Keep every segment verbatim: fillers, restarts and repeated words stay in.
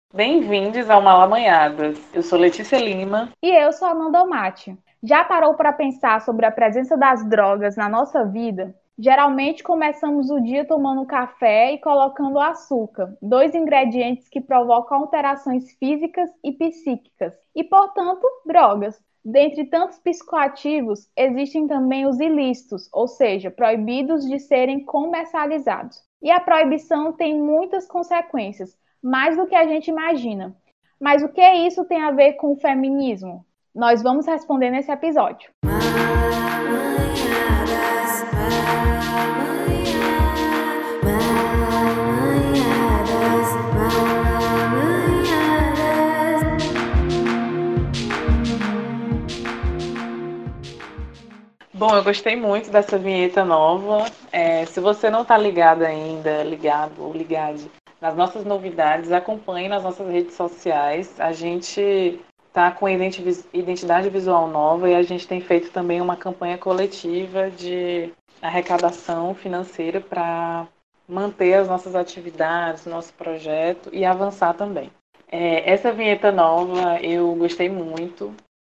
Bem-vindos ao Malamanhadas. Eu sou Letícia Lima. E eu sou Amanda Mate. Já parou para pensar sobre a presença das drogas na nossa vida? Geralmente começamos o dia tomando café e colocando açúcar, dois ingredientes que provocam alterações físicas e psíquicas, e, portanto, drogas. Dentre tantos psicoativos, existem também os ilícitos, ou seja, proibidos de serem comercializados. E a proibição tem muitas consequências, mais do que a gente imagina. Mas o que isso tem a ver com o feminismo? Nós vamos responder nesse episódio. Bom, eu gostei muito dessa vinheta nova. É, se você não está ligado ainda, ligado ou ligado nas nossas novidades, acompanhe nas nossas redes sociais. A gente está com identidade visual nova e a gente tem feito também uma campanha coletiva de arrecadação financeira para manter as nossas atividades, nosso projeto e avançar também. É, essa vinheta nova eu gostei muito.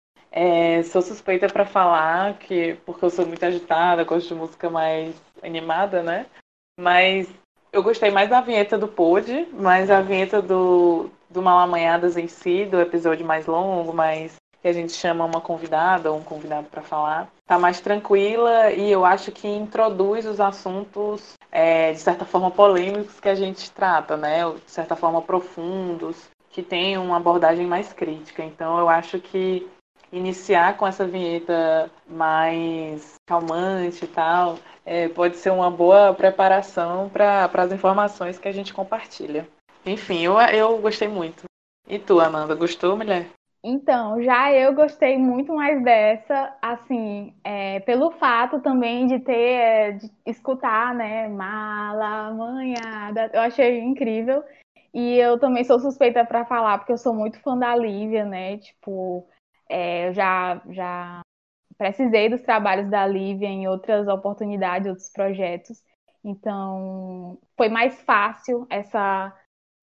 É, sou suspeita para falar, que, porque eu sou muito agitada, gosto de música mais animada, né? Mas eu gostei mais da vinheta do Pod, mas a vinheta do, do Malamanhadas em si, do episódio mais longo, mais que a gente chama uma convidada ou um convidado para falar, tá mais tranquila e eu acho que introduz os assuntos, é, de certa forma, polêmicos que a gente trata, né? De certa forma, profundos, que tem uma abordagem mais crítica. Então, eu acho que iniciar com essa vinheta mais calmante e tal, é, pode ser uma boa preparação para as informações que a gente compartilha. Enfim, eu, eu gostei muito. E tu, Amanda, gostou, mulher? Então, já eu gostei muito mais dessa, assim, é, pelo fato também de ter, é, de escutar, né, Malamanhada, eu achei incrível. E eu também sou suspeita para falar, porque eu sou muito fã da Lívia, né, tipo, é, eu já, já precisei dos trabalhos da Lívia em outras oportunidades, outros projetos. Então, foi mais fácil essa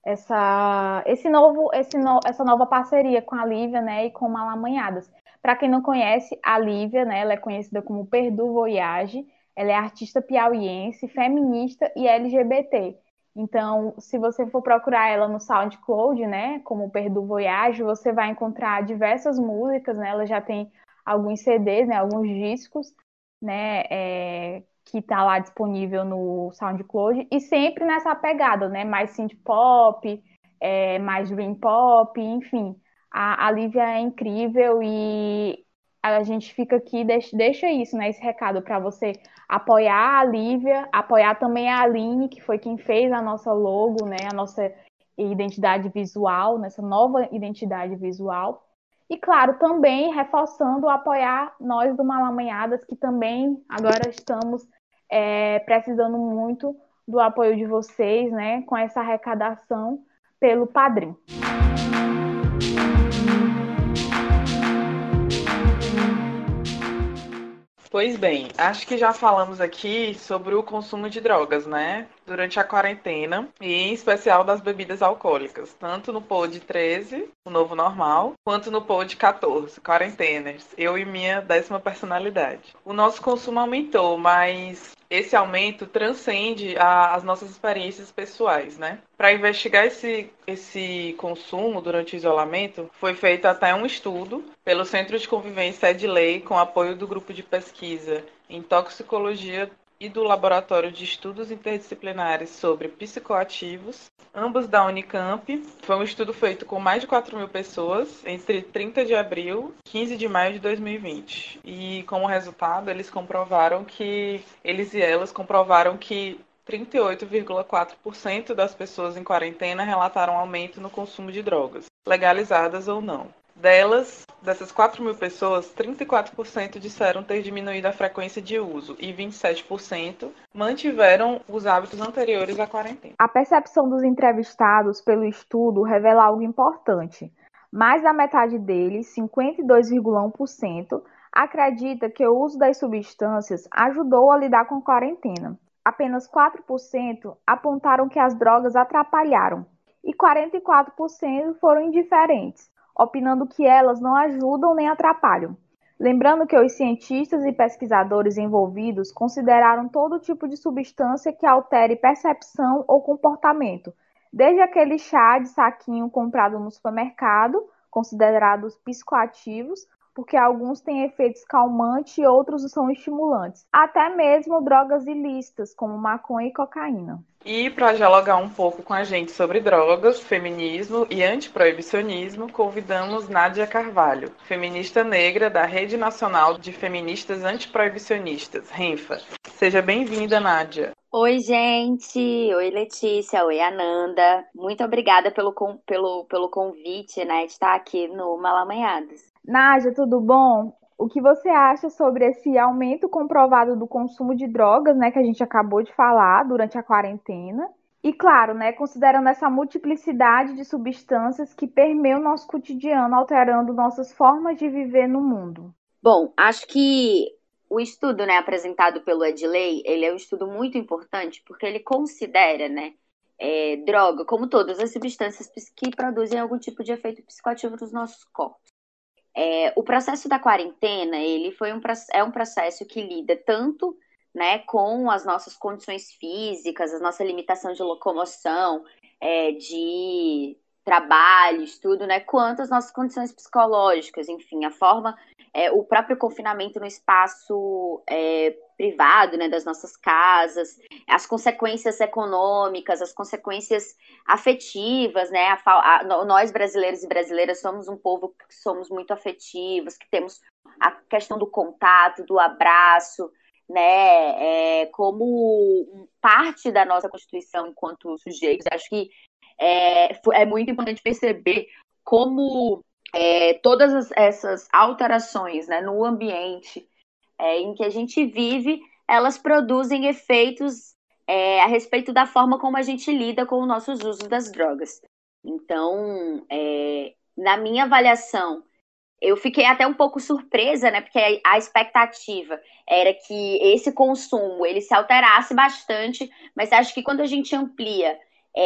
essa esse novo esse no, essa nova parceria com a Lívia, né, e com Malamanhadas. Para quem não conhece, a Lívia, né, ela é conhecida como Perdu Voyage. Ela é artista piauiense, feminista e L G B T. Então, se você for procurar ela no SoundCloud, né, como Perdu Voyage, você vai encontrar diversas músicas, né? Ela já tem alguns C Ds, né, alguns discos, né, é, que tá lá disponível no SoundCloud, e sempre nessa pegada, né, mais synth pop, é, mais dream pop, enfim. A, a Lívia é incrível e a gente fica aqui, deixa, deixa isso, né, esse recado para você apoiar a Lívia, apoiar também a Aline, que foi quem fez a nossa logo, né, a nossa identidade visual, nessa nova identidade visual. E, claro, também reforçando apoiar nós do Malamanhadas, que também agora estamos é, precisando muito do apoio de vocês, né, com essa arrecadação pelo Padrim. Pois bem, acho que já falamos aqui sobre o consumo de drogas, né? Durante a quarentena, e em especial das bebidas alcoólicas, tanto no Pod treze, o novo normal, quanto no Pod quatorze, quarentenas, eu e minha décima personalidade. O nosso consumo aumentou, mas esse aumento transcende a, as nossas experiências pessoais, né? Para investigar esse, esse consumo durante o isolamento, foi feito até um estudo pelo Centro de Convivência Edley, com apoio do grupo de pesquisa em toxicologia e do Laboratório de Estudos Interdisciplinares sobre Psicoativos, ambos da Unicamp. Foi um estudo feito com mais de quatro mil pessoas entre trinta de abril e quinze de maio de dois mil e vinte. E como resultado, eles comprovaram que, eles e elas comprovaram que trinta e oito vírgula quatro por cento das pessoas em quarentena relataram aumento no consumo de drogas, legalizadas ou não. Delas, dessas quatro mil pessoas, trinta e quatro por cento disseram ter diminuído a frequência de uso e vinte e sete por cento mantiveram os hábitos anteriores à quarentena. A percepção dos entrevistados pelo estudo revela algo importante. Mais da metade deles, cinquenta e dois vírgula um por cento, acredita que o uso das substâncias ajudou a lidar com a quarentena. Apenas quatro por cento apontaram que as drogas atrapalharam. e quarenta e quatro por cento foram indiferentes, opinando que elas não ajudam nem atrapalham. Lembrando que os cientistas e pesquisadores envolvidos consideraram todo tipo de substância que altere percepção ou comportamento, desde aquele chá de saquinho comprado no supermercado, considerados psicoativos, porque alguns têm efeitos calmantes e outros são estimulantes, até mesmo drogas ilícitas, como maconha e cocaína. E para dialogar um pouco com a gente sobre drogas, feminismo e antiproibicionismo, convidamos Nádia Carvalho, feminista negra da Rede Nacional de Feministas Antiproibicionistas, RENFA. Seja bem-vinda, Nádia. Oi, gente! Oi, Letícia! Oi, Ananda! Muito obrigada pelo, pelo, pelo convite, né, de estar aqui no Malamanhadas. Nádia, tudo bom? O que você acha sobre esse aumento comprovado do consumo de drogas, né, que a gente acabou de falar durante a quarentena? E claro, né, considerando essa multiplicidade de substâncias que permeiam o nosso cotidiano, alterando nossas formas de viver no mundo. Bom, acho que o estudo, né, apresentado pelo Edley, ele é um estudo muito importante porque ele considera, né, é, droga como todas as substâncias que produzem algum tipo de efeito psicoativo nos nossos corpos. É, o processo da quarentena, ele foi um, é um processo que lida tanto, né, com as nossas condições físicas, a nossa limitação de locomoção, é, de trabalho, estudo, né, quanto as nossas condições psicológicas, enfim, a forma, é, o próprio confinamento no espaço é, privado, né, das nossas casas, as consequências econômicas, as consequências afetivas, né, a, a, nós brasileiros e brasileiras somos um povo que somos muito afetivos, que temos a questão do contato, do abraço, né, é, como parte da nossa Constituição enquanto sujeitos. Acho que é, é muito importante perceber como é, todas as, essas alterações, né, no ambiente é, em que a gente vive, elas produzem efeitos é, a respeito da forma como a gente lida com os nossos usos das drogas. Então, é, na minha avaliação, eu fiquei até um pouco surpresa, né? Porque a expectativa era que esse consumo ele se alterasse bastante, mas acho que quando a gente amplia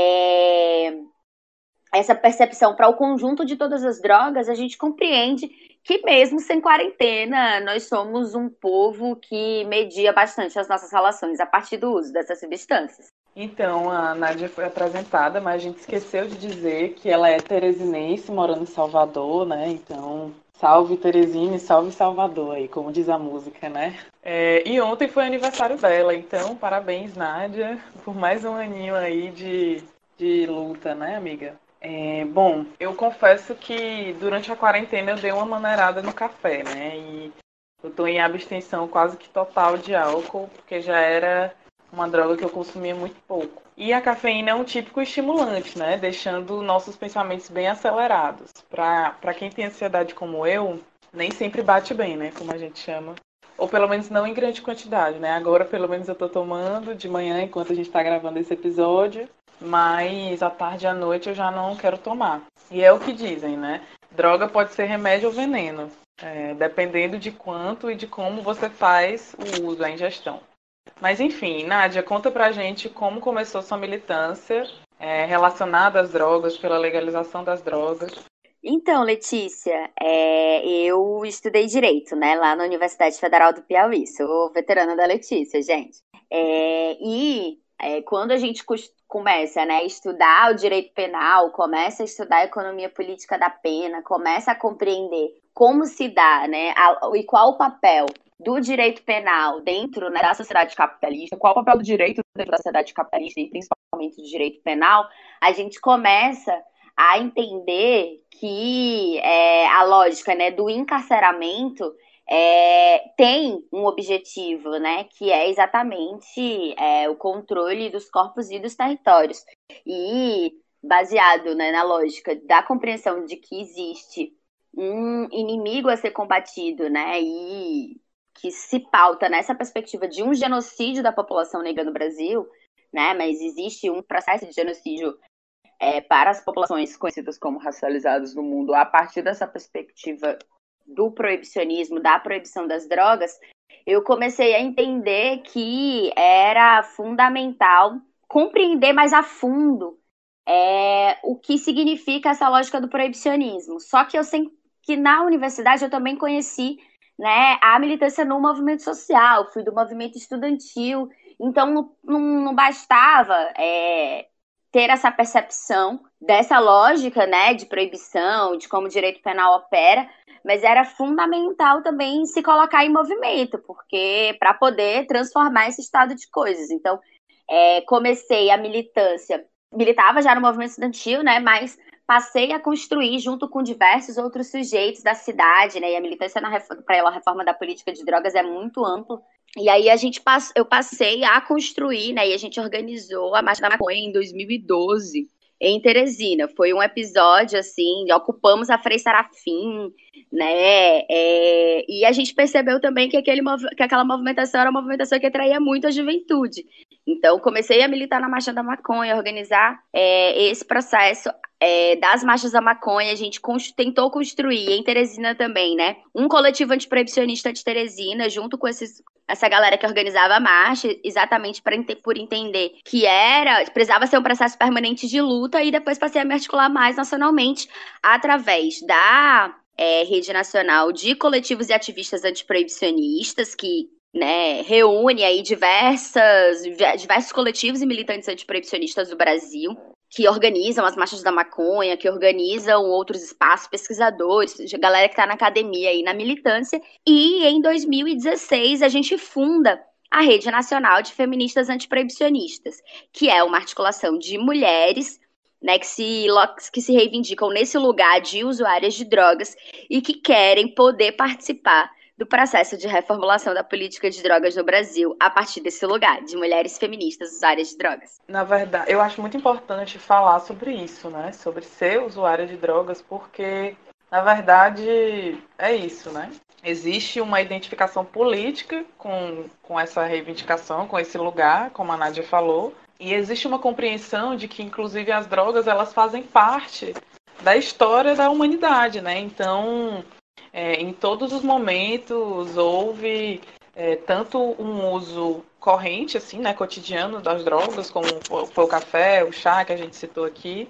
é, essa percepção para o conjunto de todas as drogas, a gente compreende que mesmo sem quarentena, nós somos um povo que media bastante as nossas relações a partir do uso dessas substâncias. Então, a Nádia foi apresentada, mas a gente esqueceu de dizer que ela é teresinense, morando em Salvador, né? Então, salve Teresina e salve Salvador, aí, como diz a música, né? É, e ontem foi aniversário dela, então, parabéns, Nádia, por mais um aninho aí de, de luta, né, amiga? É, bom, eu confesso que durante a quarentena eu dei uma maneirada no café, né? E eu tô em abstenção quase que total de álcool, porque já era uma droga que eu consumia muito pouco. E a cafeína é um típico estimulante, né? Deixando nossos pensamentos bem acelerados. Para quem tem ansiedade como eu, nem sempre bate bem, né? Como a gente chama. Ou pelo menos não em grande quantidade, né? Agora, pelo menos, eu tô tomando de manhã, enquanto a gente tá gravando esse episódio. Mas à tarde e à noite eu já não quero tomar. E é o que dizem, né? Droga pode ser remédio ou veneno. É, dependendo de quanto e de como você faz o uso, a ingestão. Mas enfim, Nádia, conta pra gente como começou sua militância é, relacionada às drogas, pela legalização das drogas. Então, Letícia, é, eu estudei Direito, né, lá na Universidade Federal do Piauí. Sou veterana da Letícia, gente. É, e é, quando a gente começa, né, a estudar o direito penal, começa a estudar a economia política da pena, começa a compreender como se dá, né, a, e qual o papel do direito penal dentro, né, da sociedade capitalista, qual o papel do direito dentro da sociedade capitalista e principalmente do direito penal, a gente começa a entender que é, a lógica, né, do encarceramento é, tem um objetivo, né, que é exatamente é, o controle dos corpos e dos territórios. E baseado, né, na lógica da compreensão de que existe um inimigo a ser combatido, né, e que se pauta nessa perspectiva de um genocídio da população negra no Brasil, né, mas existe um processo de genocídio é, para as populações conhecidas como racializadas no mundo a partir dessa perspectiva do proibicionismo, da proibição das drogas, eu comecei a entender que era fundamental compreender mais a fundo é o que significa essa lógica do proibicionismo. Só que eu sei que na universidade eu também conheci, né, a militância no movimento social, fui do movimento estudantil, então não, não, não bastava é, ter essa percepção dessa lógica, né, de proibição, de como o direito penal opera, mas era fundamental também se colocar em movimento, porque para poder transformar esse estado de coisas. Então, é, comecei a militância, militava já no movimento estudantil, né, mas passei a construir junto com diversos outros sujeitos da cidade, né, e a militância para a reforma da política de drogas é muito ampla. E aí a gente pass... eu passei a construir, né, e a gente organizou a Marcha da Maconha em dois mil e doze, em Teresina. Foi um episódio, assim, ocupamos a Frei Serafim, né, é... e a gente percebeu também que, aquele mov... que aquela movimentação era uma movimentação que atraía muito a juventude. Então, comecei a militar na Marcha da Maconha, organizar é, esse processo é, das marchas da maconha. A gente const... tentou construir em Teresina também, né, um coletivo antiproibicionista de Teresina, junto com esses, essa galera que organizava a marcha, exatamente pra, por entender que era, precisava ser um processo permanente de luta, e depois passei a me articular mais nacionalmente através da é, Rede Nacional de Coletivos e Ativistas Antiproibicionistas, que, né, reúne aí diversas, diversos coletivos e militantes antiproibicionistas do Brasil, que organizam as marchas da maconha, que organizam outros espaços, pesquisadores, galera que está na academia e na militância. E em dois mil e dezesseis a gente funda a Rede Nacional de Feministas Antiproibicionistas, que é uma articulação de mulheres, né, que se, que se reivindicam nesse lugar de usuárias de drogas e que querem poder participar do processo de reformulação da política de drogas no Brasil a partir desse lugar, de mulheres feministas usuárias de drogas. Na verdade, eu acho muito importante falar sobre isso, né? Sobre ser usuária de drogas, porque, na verdade, é isso, né? Existe uma identificação política com, com essa reivindicação, com esse lugar, como a Nádia falou, e existe uma compreensão de que, inclusive, as drogas, elas fazem parte da história da humanidade, né? Então, É, em todos os momentos houve é, tanto um uso corrente, assim, né, cotidiano das drogas, como foi o café, o chá que a gente citou aqui,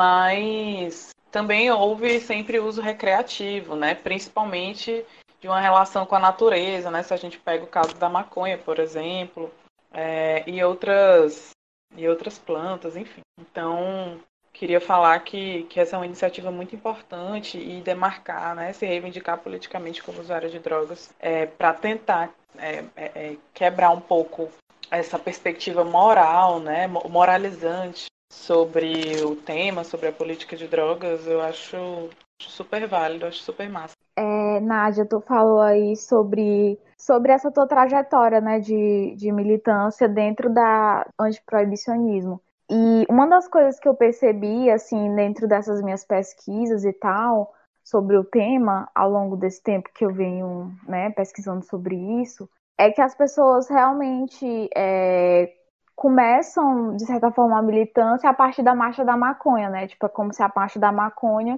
mas também houve sempre uso recreativo, né, principalmente de uma relação com a natureza, né, se a gente pega o caso da maconha, por exemplo, é, e outras e outras plantas, enfim. Então, queria falar que, que essa é uma iniciativa muito importante e demarcar, né, se reivindicar politicamente como usuária de drogas, é, para tentar é, é, quebrar um pouco essa perspectiva moral, né, moralizante sobre o tema, sobre a política de drogas. Eu acho, acho super válido, acho super massa. É, Nádia, tu falou aí sobre, sobre essa tua trajetória, né, de, de militância dentro da antiproibicionismo. E uma das coisas que eu percebi, assim, dentro dessas minhas pesquisas e tal, sobre o tema, ao longo desse tempo que eu venho, né, pesquisando sobre isso, é que as pessoas realmente é, começam, de certa forma, a militância a partir da marcha da maconha, né? Tipo, é como se a marcha da maconha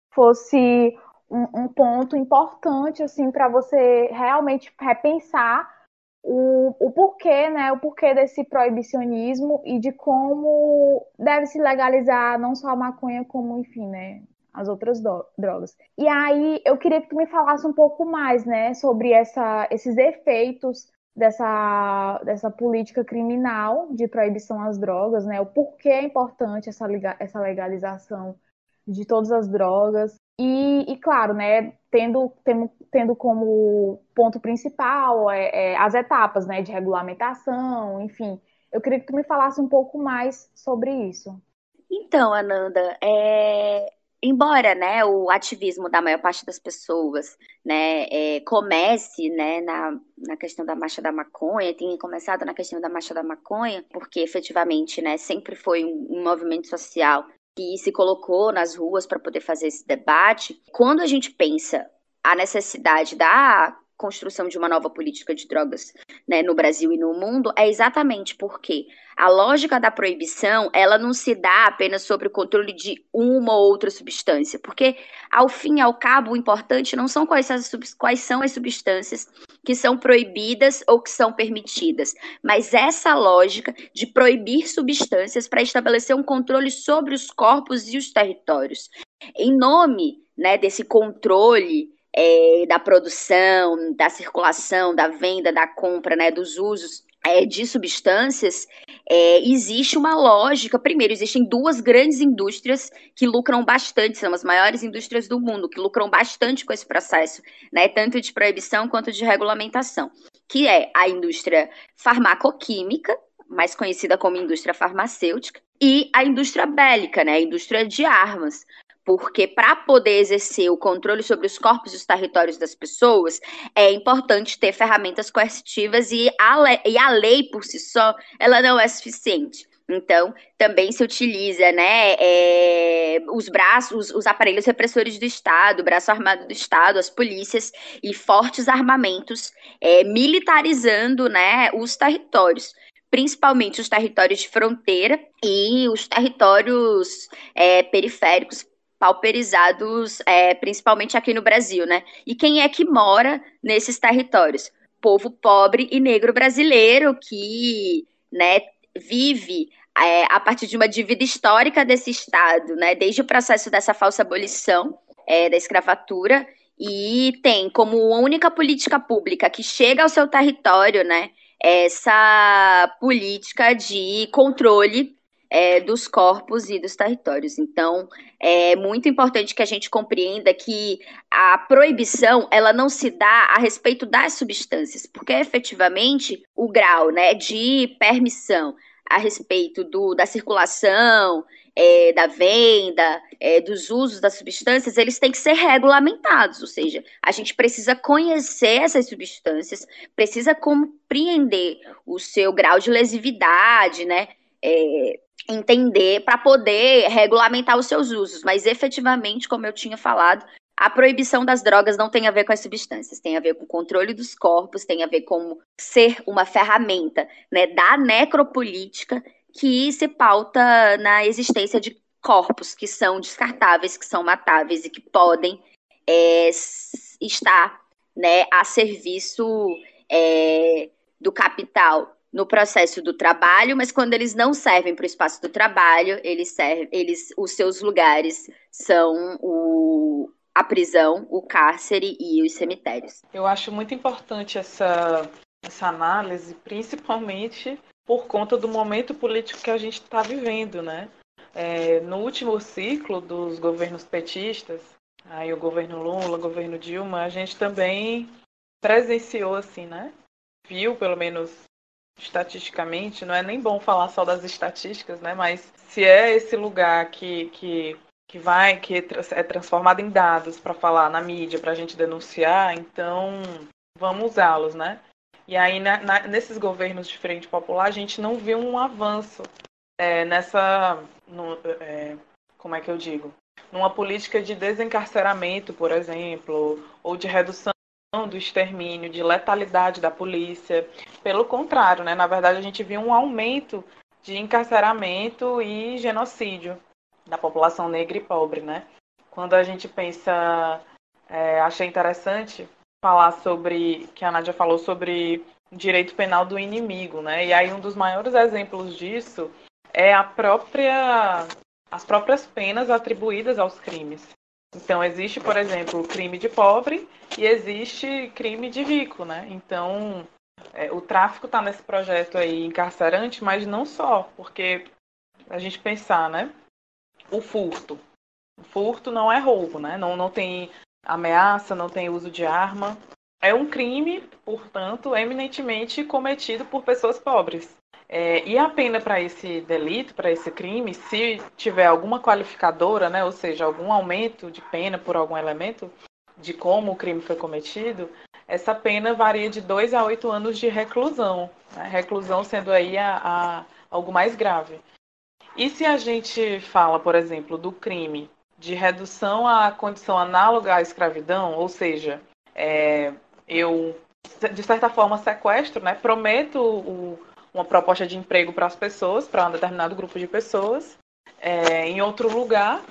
fosse um, um ponto importante, assim, para você realmente repensar O, o porquê, né, o porquê desse proibicionismo e de como deve se legalizar não só a maconha, como, enfim, né, as outras do- drogas. E aí eu queria que tu me falasse um pouco mais, né, sobre essa, esses efeitos dessa, dessa política criminal de proibição às drogas, né, o porquê é importante essa, essa legalização de todas as drogas. E, e claro, né, tendo, tendo, tendo como ponto principal é, é, as etapas, né, de regulamentação, enfim. Eu queria que tu me falasse um pouco mais sobre isso. Então, Ananda, é... embora, né, o ativismo da maior parte das pessoas, né, é, comece, né, na, na questão da marcha da maconha, tenha começado na questão da marcha da maconha, porque efetivamente, né, sempre foi um, um movimento social que se colocou nas ruas para poder fazer esse debate. Quando a gente pensa a necessidade da construção de uma nova política de drogas, né, no Brasil e no mundo é exatamente porque a lógica da proibição, ela não se dá apenas sobre o controle de uma ou outra substância, porque ao fim e ao cabo o importante não são quais, as, quais são as substâncias que são proibidas ou que são permitidas, mas essa lógica de proibir substâncias para estabelecer um controle sobre os corpos e os territórios. Em nome, né, desse controle é, da produção, da circulação, da venda, da compra, né, dos usos é, de substâncias, é, existe uma lógica. Primeiro, existem duas grandes indústrias que lucram bastante, são as maiores indústrias do mundo, que lucram bastante com esse processo, né, tanto de proibição quanto de regulamentação, que é a indústria farmacoquímica, mais conhecida como indústria farmacêutica, e a indústria bélica, né, a indústria de armas. Porque para poder exercer o controle sobre os corpos e os territórios das pessoas, é importante ter ferramentas coercitivas e a lei, e a lei por si só, ela não é suficiente. Então, também se utiliza, né, é, os braços, os, os aparelhos repressores do Estado, o braço armado do Estado, as polícias e fortes armamentos é, militarizando, né, os territórios, principalmente os territórios de fronteira e os territórios é, periféricos, pauperizados, é, principalmente aqui no Brasil, né? E quem é que mora nesses territórios? Povo pobre e negro brasileiro que, né, vive é, a partir de uma dívida histórica desse Estado, né? Desde o processo dessa falsa abolição é, da escravatura, e tem como única política pública que chega ao seu território, né, essa política de controle É, dos corpos e dos territórios. Então, é muito importante que a gente compreenda que a proibição, ela não se dá a respeito das substâncias, porque efetivamente o grau, né, de permissão a respeito do, da circulação, é, da venda, é, dos usos das substâncias, eles têm que ser regulamentados, ou seja, a gente precisa conhecer essas substâncias, precisa compreender o seu grau de lesividade, né, é, entender para poder regulamentar os seus usos, mas efetivamente, como eu tinha falado, a proibição das drogas não tem a ver com as substâncias, tem a ver com o controle dos corpos, tem a ver com ser uma ferramenta, né, da necropolítica que se pauta na existência de corpos que são descartáveis, que são matáveis e que podem é, estar, né, a serviço é, do capital no processo do trabalho, mas quando eles não servem para o espaço do trabalho, eles servem, eles, os seus lugares são o, a prisão, o cárcere e os cemitérios. Eu acho muito importante essa, essa análise, principalmente por conta do momento político que a gente está vivendo, né? É, no último ciclo dos governos petistas, aí o governo Lula, o governo Dilma, a gente também presenciou, assim, né? Viu, pelo menos estatisticamente, não é nem bom falar só das estatísticas, né? Mas se é esse lugar que, que, que vai, que é transformado em dados para falar na mídia, para a gente denunciar, então vamos usá-los, né? E aí, na, na, nesses governos de frente popular, a gente não viu um avanço é, nessa, no, é, como é que eu digo? Numa política de desencarceramento, por exemplo, ou de redução do extermínio, de letalidade da polícia. Pelo contrário, né? Na verdade, a gente viu um aumento de encarceramento e genocídio da população negra e pobre, né? Quando a gente pensa, é, achei interessante falar sobre, que a Nádia falou sobre o direito penal do inimigo, né? E aí um dos maiores exemplos disso é a própria, as próprias penas atribuídas aos crimes. Então, existe, por exemplo, o crime de pobre e existe crime de rico, né? Então, é, o tráfico está nesse projeto aí encarcerante, mas não só, porque a gente pensar, né? O furto. O furto não é roubo, né? Não, não tem ameaça, não tem uso de arma. É um crime, portanto, eminentemente cometido por pessoas pobres. É, e a pena para esse delito, para esse crime, se tiver alguma qualificadora, né, ou seja, algum aumento de pena por algum elemento de como o crime foi cometido, essa pena varia de dois a oito anos de reclusão, né, reclusão sendo aí a, a, algo mais grave. E se a gente fala, por exemplo, do crime de redução à condição análoga à escravidão, ou seja, é, eu, de certa forma, sequestro, né? Prometo o, uma proposta de emprego para as pessoas, para um determinado grupo de pessoas, é, em outro lugar.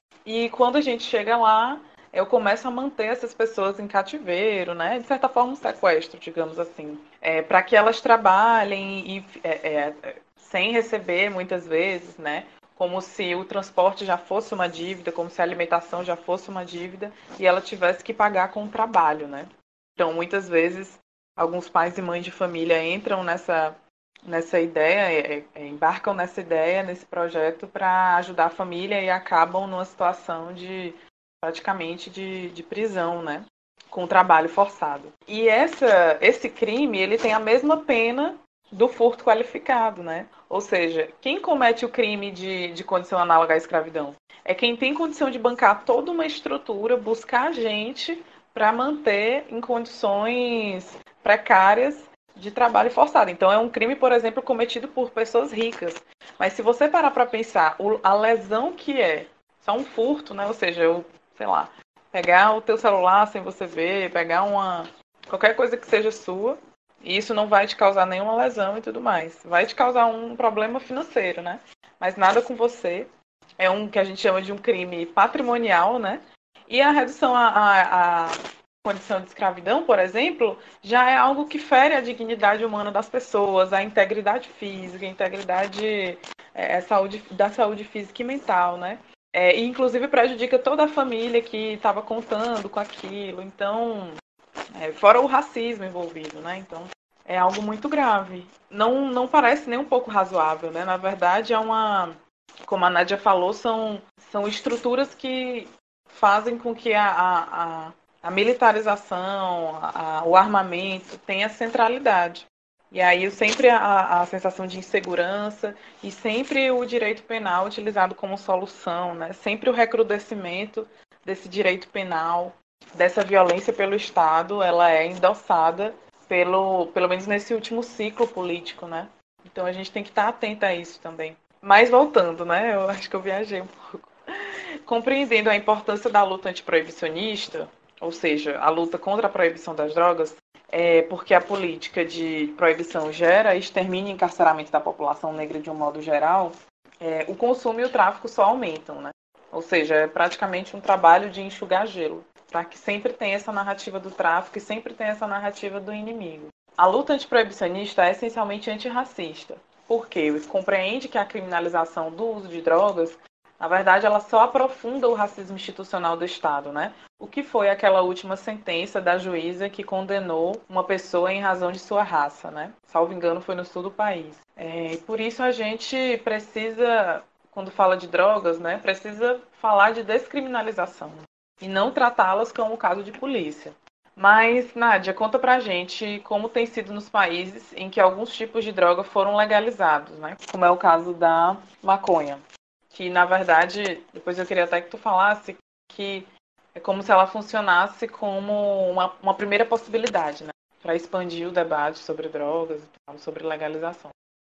E quando a gente chega lá, eu começo a manter essas pessoas em cativeiro, né? De certa forma, um sequestro, digamos assim, é, para que elas trabalhem e, é, é, sem receber muitas vezes, né? Como se o transporte já fosse uma dívida, como se a alimentação já fosse uma dívida e ela tivesse que pagar com o trabalho, né? Então, muitas vezes, alguns pais e mães de família entram nessa, nessa ideia, é, embarcam nessa ideia, nesse projeto para ajudar a família e acabam numa situação de praticamente de, de prisão, né? Com trabalho forçado. E essa, esse crime, ele tem a mesma pena do furto qualificado, né? Ou seja, quem comete o crime de, de condição análoga à escravidão? É quem tem condição de bancar toda uma estrutura, buscar gente para manter em condições precárias de trabalho forçado. Então, é um crime, por exemplo, cometido por pessoas ricas. Mas se você parar para pensar a lesão que é só um furto, né? Ou seja, eu, sei lá, pegar o teu celular sem você ver, pegar uma qualquer coisa que seja sua, e isso não vai te causar nenhuma lesão e tudo mais. Vai te causar um problema financeiro, né? Mas nada com você. É um que a gente chama de um crime patrimonial, né? E a redução à, à, à condição de escravidão, por exemplo, já é algo que fere a dignidade humana das pessoas, a integridade física, a integridade é, saúde, da saúde física e mental, né? É, e inclusive prejudica toda a família que estava contando com aquilo. Então, é, fora o racismo envolvido, né? Então, é algo muito grave. Não, não parece nem um pouco razoável, né? Na verdade, é uma, como a Nádia falou, são, são estruturas que fazem com que a, a, a militarização, a, o armamento tenha centralidade. E aí sempre a, a sensação de insegurança e sempre o direito penal utilizado como solução, né? Sempre o recrudescimento desse direito penal, dessa violência pelo Estado, ela é endossada pelo, pelo menos nesse último ciclo político, né? Então a gente tem que estar atenta a isso também. Mas voltando, né? Eu acho que eu viajei um pouco. Compreendendo a importância da luta antiproibicionista, ou seja, a luta contra a proibição das drogas, é porque a política de proibição gera extermínio e encarceramento da população negra de um modo geral, é, o consumo e o tráfico só aumentam, né? Ou seja, é praticamente um trabalho de enxugar gelo, para que sempre tenha essa narrativa do tráfico e sempre tenha essa narrativa do inimigo. A luta antiproibicionista é essencialmente antirracista, porque compreende que a criminalização do uso de drogas, na verdade, ela só aprofunda o racismo institucional do Estado, né? O que foi aquela última sentença da juíza que condenou uma pessoa em razão de sua raça, né? Salvo engano, foi no sul do país. É, e por isso a gente precisa, quando fala de drogas, né, precisa falar de descriminalização e não tratá-las como caso de polícia. Mas, Nádia, conta pra gente como tem sido nos países em que alguns tipos de droga foram legalizados, né? Como é o caso da maconha. Que, na verdade, depois eu queria até que tu falasse que é como se ela funcionasse como uma, uma primeira possibilidade, né? Para expandir o debate sobre drogas e tal, sobre legalização.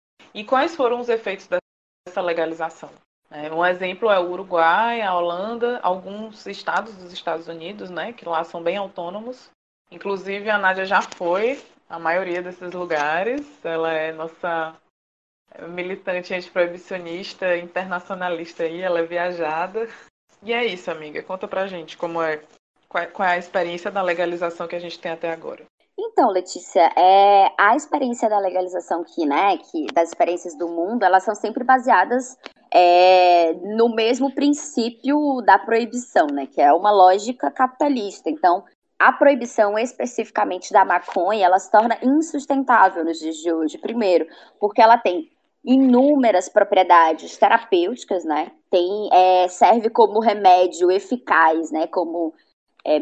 E quais foram os efeitos dessa legalização? Um exemplo é o Uruguai, a Holanda, alguns estados dos Estados Unidos, né, que lá são bem autônomos. Inclusive, a Nádia já foi a maioria desses lugares. Ela é nossa militante antiproibicionista, internacionalista aí, ela é viajada. E é isso, amiga. Conta pra gente como é, qual, qual é a experiência da legalização que a gente tem até agora. Então, Letícia, é, a experiência da legalização aqui, né, que, das experiências do mundo, elas são sempre baseadas é, no mesmo princípio da proibição, né, que é uma lógica capitalista. Então, a proibição especificamente da maconha, ela se torna insustentável nos dias de hoje, primeiro, porque ela tem inúmeras propriedades terapêuticas, né, tem, é, serve como remédio eficaz, né, como... É,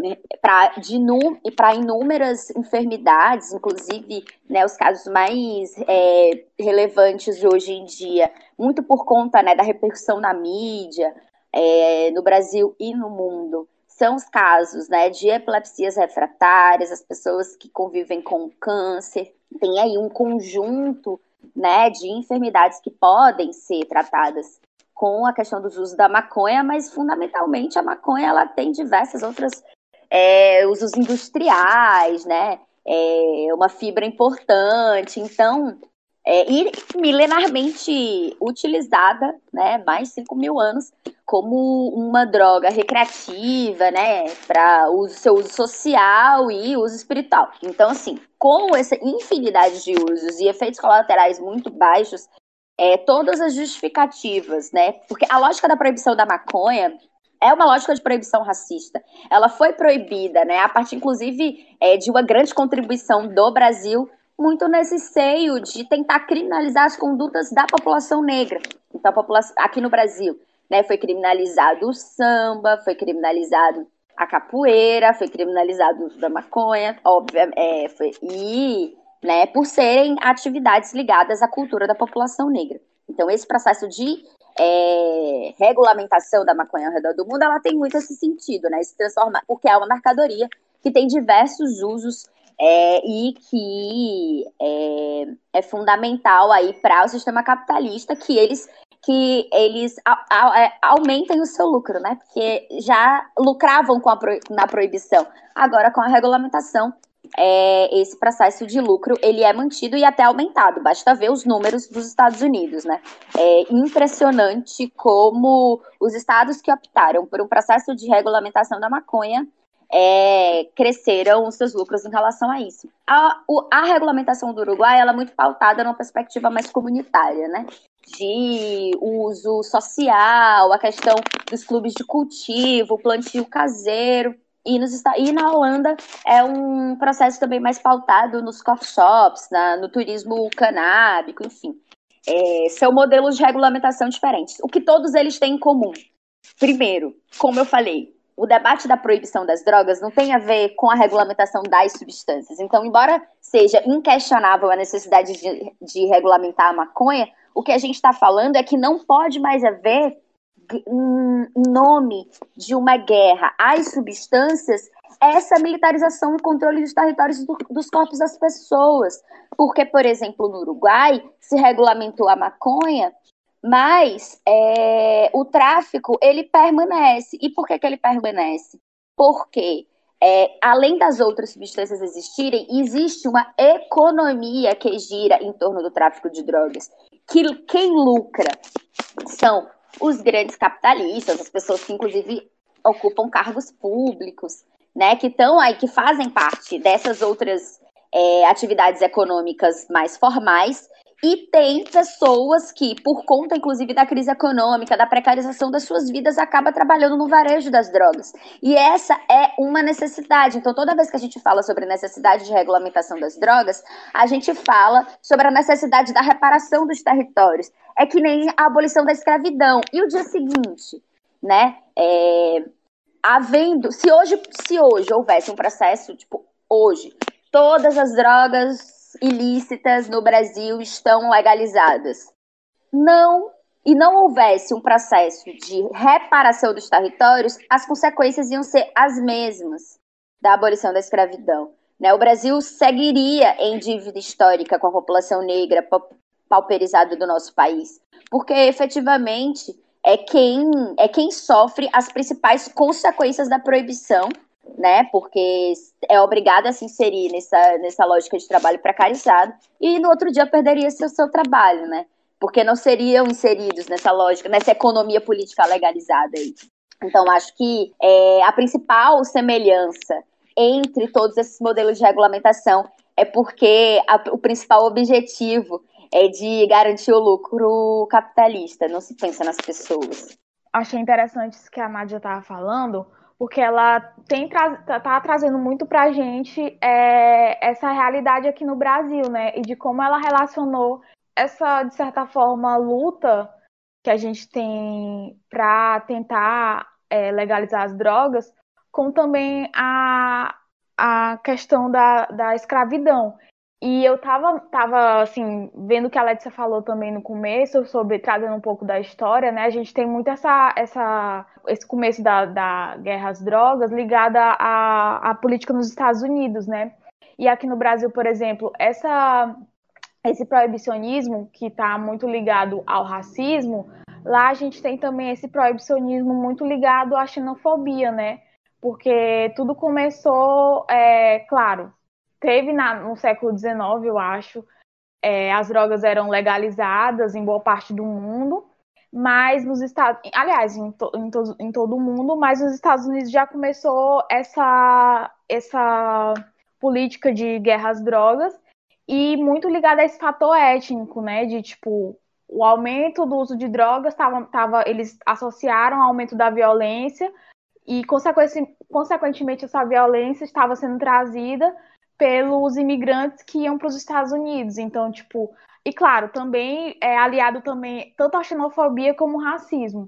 para inúmeras enfermidades, inclusive, né, os casos mais é, relevantes de hoje em dia, muito por conta, né, da repercussão na mídia, é, no Brasil e no mundo, são os casos, né, de epilepsias refratárias, as pessoas que convivem com câncer. Tem aí um conjunto, né, de enfermidades que podem ser tratadas com a questão dos usos da maconha, mas fundamentalmente a maconha ela tem diversas outras é, usos industriais, né? É uma fibra importante. Então, é, e milenarmente utilizada, né? Mais de cinco mil anos, como uma droga recreativa, né? Para uso, seu uso social e uso espiritual. Então, assim, com essa infinidade de usos e efeitos colaterais muito baixos, é, todas as justificativas, né? Porque a lógica da proibição da maconha é uma lógica de proibição racista. Ela foi proibida, né? A partir, inclusive, é, de uma grande contribuição do Brasil, muito nesse seio de tentar criminalizar as condutas da população negra. Então, a população, aqui no Brasil, né, foi criminalizado o samba, foi criminalizado a capoeira, foi criminalizado o uso da maconha, óbvio, é, foi, e, né, por serem atividades ligadas à cultura da população negra. Então, esse processo de é, regulamentação da maconha ao redor do mundo, ela tem muito esse sentido, né? Se transformar, porque é uma mercadoria que tem diversos usos é, e que é, é fundamental aí para o sistema capitalista que eles que eles a, a, a, aumentem o seu lucro, né? Porque já lucravam com a pro, na proibição, agora com a regulamentação é, esse processo de lucro ele é mantido e até aumentado. Basta ver os números dos Estados Unidos, né? É impressionante como os estados que optaram por um processo de regulamentação da maconha é, cresceram os seus lucros em relação a isso. A, o, a regulamentação do Uruguai ela é muito pautada numa perspectiva mais comunitária, né? De uso social, a questão dos clubes de cultivo, plantio caseiro. E, nos, e na Holanda é um processo também mais pautado nos coffee shops, na, no turismo canábico, enfim. É, são modelos de regulamentação diferentes. O que todos eles têm em comum? Primeiro, como eu falei, o debate da proibição das drogas não tem a ver com a regulamentação das substâncias. Então, embora seja inquestionável a necessidade de, de regulamentar a maconha, o que a gente está falando é que não pode mais haver em nome de uma guerra às substâncias, essa militarização e controle dos territórios do, dos corpos das pessoas. Porque, por exemplo, no Uruguai, se regulamentou a maconha, mas é, o tráfico, ele permanece. E por que, que ele permanece? Porque, é, além das outras substâncias existirem, existe uma economia que gira em torno do tráfico de drogas. Que quem lucra são os grandes capitalistas, as pessoas que, inclusive, ocupam cargos públicos, né, que estão aí, que fazem parte dessas outras é, atividades econômicas mais formais, e tem pessoas que, por conta, inclusive, da crise econômica, da precarização das suas vidas, acabam trabalhando no varejo das drogas. E essa é uma necessidade. Então, toda vez que a gente fala sobre a necessidade de regulamentação das drogas, a gente fala sobre a necessidade da reparação dos territórios. É que nem a abolição da escravidão. E o dia seguinte, né? É, havendo, se hoje, se hoje houvesse um processo, tipo, hoje, todas as drogas ilícitas no Brasil estão legalizadas. Não, e não houvesse um processo de reparação dos territórios, as consequências iam ser as mesmas da abolição da escravidão. Né? O Brasil seguiria em dívida histórica com a população negra pauperizada do nosso país, porque efetivamente é quem, é quem sofre as principais consequências da proibição, né, porque é obrigada a se inserir nessa, nessa lógica de trabalho precarizado e no outro dia perderia seu, seu trabalho, né, porque não seriam inseridos nessa lógica, nessa economia política legalizada aí. Então, acho que é, a principal semelhança entre todos esses modelos de regulamentação é porque a, o principal objetivo é de garantir o lucro capitalista, não se pensa nas pessoas. Achei interessante isso que a Nádia estava falando, porque ela tem tra- tá trazendo muito para a gente é, essa realidade aqui no Brasil, né? E de como ela relacionou essa, de certa forma, luta que a gente tem para tentar é, legalizar as drogas, com também a, a questão da, da escravidão. E eu tava, tava assim, vendo o que a Letícia falou também no começo, sobre trazendo um pouco da história, né? A gente tem muito essa, essa, esse começo da, da guerra às drogas ligada à, à política nos Estados Unidos, né? E aqui no Brasil, por exemplo, essa, esse proibicionismo que está muito ligado ao racismo, lá a gente tem também esse proibicionismo muito ligado à xenofobia, né? porque tudo começou, é, claro, teve na, no século dezenove, eu acho, é, as drogas eram legalizadas em boa parte do mundo, mas nos Estados, aliás, em, to, em, to, em todo o mundo, mas nos Estados Unidos já começou essa, essa política de guerra às drogas, e muito ligada a esse fator étnico, né, de tipo, o aumento do uso de drogas, tava, tava, eles associaram ao aumento da violência, e consequentemente essa violência estava sendo trazida pelos imigrantes que iam para os Estados Unidos. Então, tipo, e claro, também é aliado também tanto à xenofobia como ao racismo.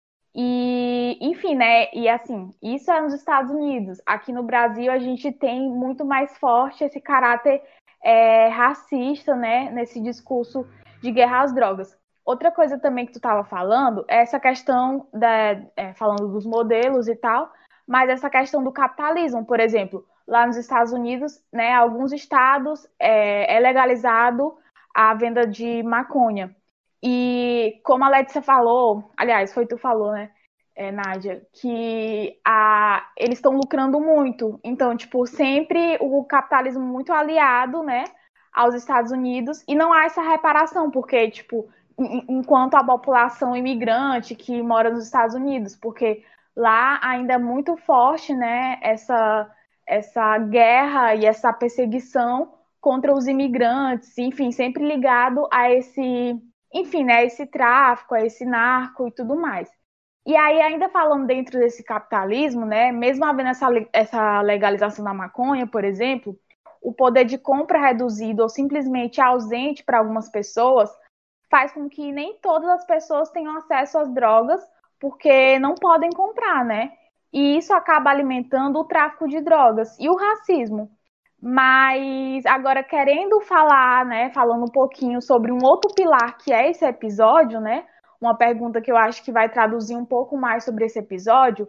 E, enfim, né, e assim, isso é nos Estados Unidos. Aqui no Brasil a gente tem muito mais forte esse caráter é, racista, né, nesse discurso de guerra às drogas. Outra coisa também que tu estava falando é essa questão, da, é, falando dos modelos e tal, mas essa questão do capitalismo, por exemplo, lá nos Estados Unidos, né, alguns estados é, é legalizado a venda de maconha. E como a Letícia falou, aliás, foi tu falou, né, é, Nádia, que a, eles estão lucrando muito. Então, tipo, sempre o capitalismo muito aliado, né, aos Estados Unidos, e não há essa reparação, porque, tipo, enquanto a população imigrante que mora nos Estados Unidos, porque lá ainda é muito forte, né, essa, essa guerra e essa perseguição contra os imigrantes, enfim, sempre ligado a esse, enfim, né, esse tráfico, a esse narco e tudo mais. E aí, ainda falando dentro desse capitalismo, né, mesmo havendo essa, essa legalização da maconha, por exemplo, o poder de compra reduzido ou simplesmente ausente para algumas pessoas faz com que nem todas as pessoas tenham acesso às drogas, porque não podem comprar, né? E isso acaba alimentando o tráfico de drogas e o racismo. Mas agora, querendo falar, né, falando um pouquinho sobre um outro pilar que é esse episódio, né? Uma pergunta que eu acho que vai traduzir um pouco mais sobre esse episódio,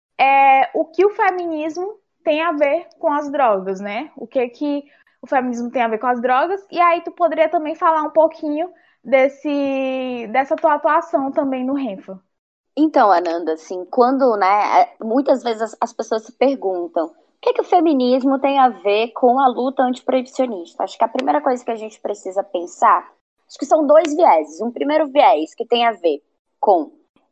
é o que o feminismo tem a ver com as drogas, né? O que que o feminismo tem a ver com as drogas? E aí tu poderia também falar um pouquinho desse, dessa tua atuação também no Renfa. Então, Ananda, assim, quando, né, muitas vezes as, as pessoas se perguntam o que, que o feminismo tem a ver com a luta antiproibicionista? Acho que a primeira coisa que a gente precisa pensar, acho que são dois vieses. Um primeiro viés que tem a ver com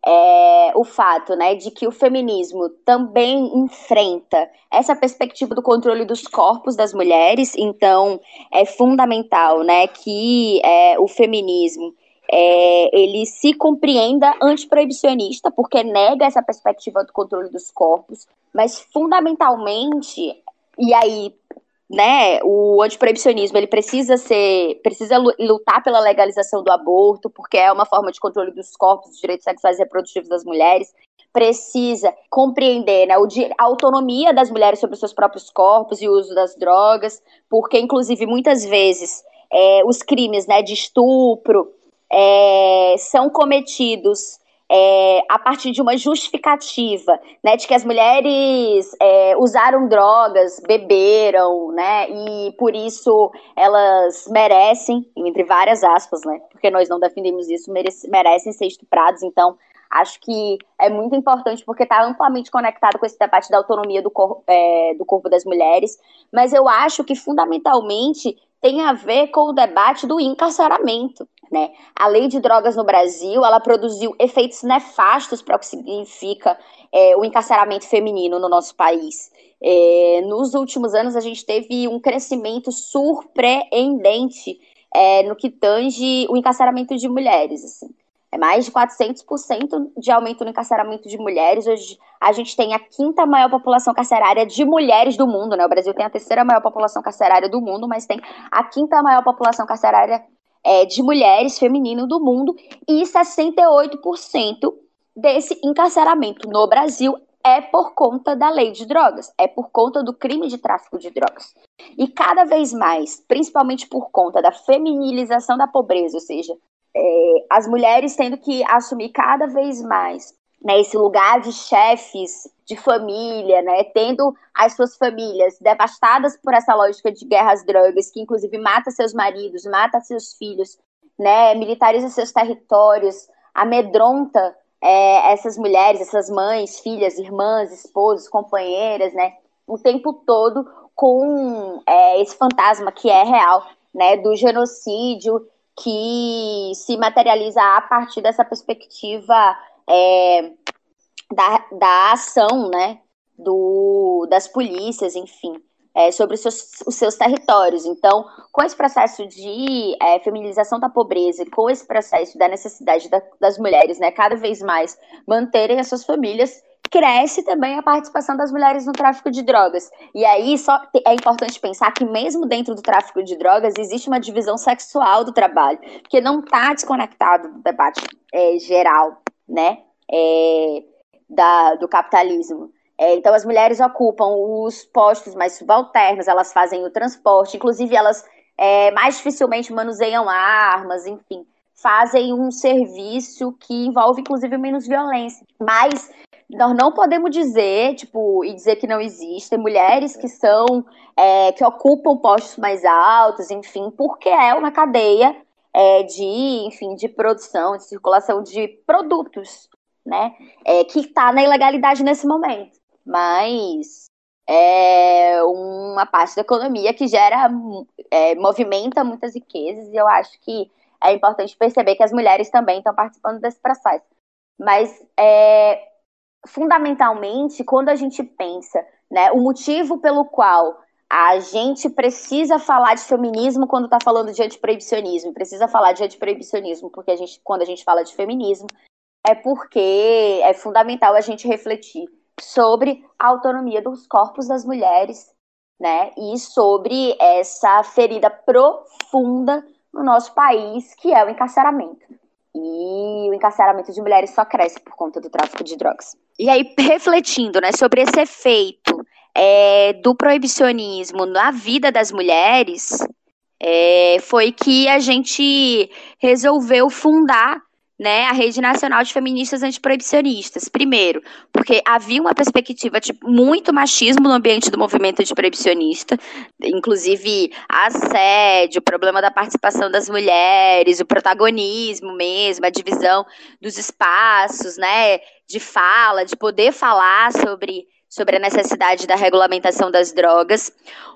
é, o fato, né, de que o feminismo também enfrenta essa perspectiva do controle dos corpos das mulheres. Então, é fundamental, né, que é, o feminismo É, ele se compreenda antiproibicionista, porque nega essa perspectiva do controle dos corpos, mas fundamentalmente, e aí, né, o antiproibicionismo ele precisa ser, precisa lutar pela legalização do aborto, porque é uma forma de controle dos corpos, dos direitos sexuais e reprodutivos das mulheres, precisa compreender, né, a autonomia das mulheres sobre os seus próprios corpos e o uso das drogas, porque, inclusive, muitas vezes, é, os crimes, né, de estupro, É, são cometidos é, a partir de uma justificativa, né, de que as mulheres é, usaram drogas, beberam, né, e por isso elas merecem, entre várias aspas, né, porque nós não defendemos isso, merece, merecem ser estuprados. Então, acho que é muito importante porque está amplamente conectado com esse debate da autonomia do, cor, é, do corpo das mulheres, mas eu acho que fundamentalmente tem a ver com o debate do encarceramento, né? A lei de drogas no Brasil, ela produziu efeitos nefastos para o que significa é, o encarceramento feminino no nosso país. É, nos últimos anos, a gente teve um crescimento surpreendente é, no que tange o encarceramento de mulheres, assim. É mais de quatrocentos por cento de aumento no encarceramento de mulheres. Hoje a gente tem a quinta maior população carcerária de mulheres do mundo, né? O Brasil tem a terceira maior população carcerária do mundo, mas tem a quinta maior população carcerária é, de mulheres feminino do mundo. E sessenta e oito por cento desse encarceramento no Brasil é por conta da lei de drogas, é por conta do crime de tráfico de drogas. E cada vez mais, principalmente por conta da feminilização da pobreza, ou seja, É, as mulheres tendo que assumir cada vez mais, né, esse lugar de chefes de família, né, tendo as suas famílias devastadas por essa lógica de guerra às drogas, que inclusive mata seus maridos, mata seus filhos, né, militariza seus territórios, amedronta é, essas mulheres, essas mães, filhas, irmãs, esposas, companheiras, né, o tempo todo com é, esse fantasma que é real, né, do genocídio que se materializa a partir dessa perspectiva é, da, da ação, né, do, das polícias, enfim, é, sobre os seus, os seus territórios. Então, com esse processo de é, feminização da pobreza, com esse processo da necessidade da, das mulheres, né, cada vez mais manterem as suas famílias, cresce também a participação das mulheres no tráfico de drogas. E aí só é importante pensar que mesmo dentro do tráfico de drogas existe uma divisão sexual do trabalho, porque não está desconectado do debate é, geral, né, é, da, do capitalismo. É, então as mulheres ocupam os postos mais subalternos, elas fazem o transporte, inclusive elas é, mais dificilmente manuseiam armas, enfim, fazem um serviço que envolve inclusive menos violência. Mas nós não podemos dizer, tipo, e dizer que não existem mulheres que são, é, que ocupam postos mais altos, enfim, porque é uma cadeia é, de, enfim, de produção, de circulação de produtos, né, é, que está na ilegalidade nesse momento. Mas é uma parte da economia que gera, é, movimenta muitas riquezas, e eu acho que é importante perceber que as mulheres também estão participando desse processo. Mas, é, fundamentalmente, quando a gente pensa, né, o motivo pelo qual a gente precisa falar de feminismo quando está falando de antiproibicionismo, precisa falar de antiproibicionismo, porque a gente, quando a gente fala de feminismo, é porque é fundamental a gente refletir sobre a autonomia dos corpos das mulheres, né, e sobre essa ferida profunda no nosso país, que é o encarceramento. E o encarceramento de mulheres só cresce por conta do tráfico de drogas. E aí, refletindo, né, sobre esse efeito é, do proibicionismo na vida das mulheres, é, foi que a gente resolveu fundar, né, a Rede Nacional de Feministas Antiproibicionistas. Primeiro, porque havia uma perspectiva de muito machismo no ambiente do movimento antiproibicionista, inclusive assédio, o problema da participação das mulheres, o protagonismo mesmo, a divisão dos espaços, né, de fala, de poder falar sobre, sobre a necessidade da regulamentação das drogas,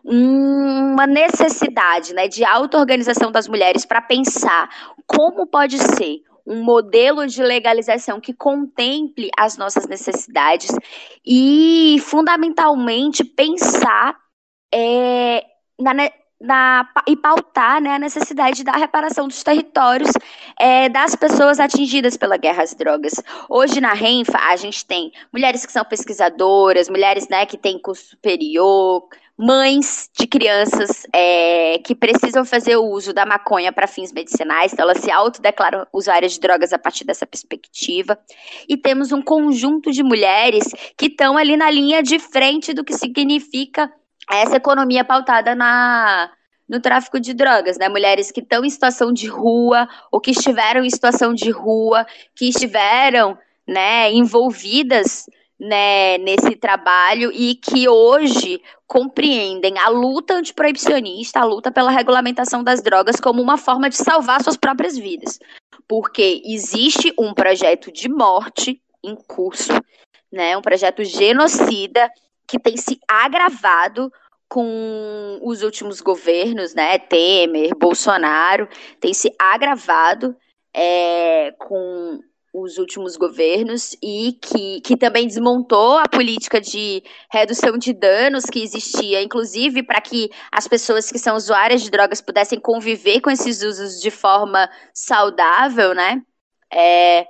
uma necessidade, né, de auto-organização das mulheres para pensar como pode ser um modelo de legalização que contemple as nossas necessidades e, fundamentalmente, pensar é, na, na, e pautar, né, a necessidade da reparação dos territórios é, das pessoas atingidas pela guerra às drogas. Hoje, na Renfa, a gente tem mulheres que são pesquisadoras, mulheres, né, que têm curso superior, mães de crianças é, que precisam fazer o uso da maconha para fins medicinais, então elas se autodeclaram usuárias de drogas a partir dessa perspectiva. E temos um conjunto de mulheres que estão ali na linha de frente do que significa essa economia pautada na, no tráfico de drogas, né? Mulheres que estão em situação de rua, ou que estiveram em situação de rua, que estiveram, né, envolvidas, né, nesse trabalho e que hoje compreendem a luta antiproibicionista, a luta pela regulamentação das drogas como uma forma de salvar suas próprias vidas. Porque existe um projeto de morte em curso, né, um projeto genocida que tem se agravado com os últimos governos, né, Temer, Bolsonaro, tem se agravado é, com os últimos governos e que, que também desmontou a política de redução de danos que existia, inclusive para que as pessoas que são usuárias de drogas pudessem conviver com esses usos de forma saudável, né? É,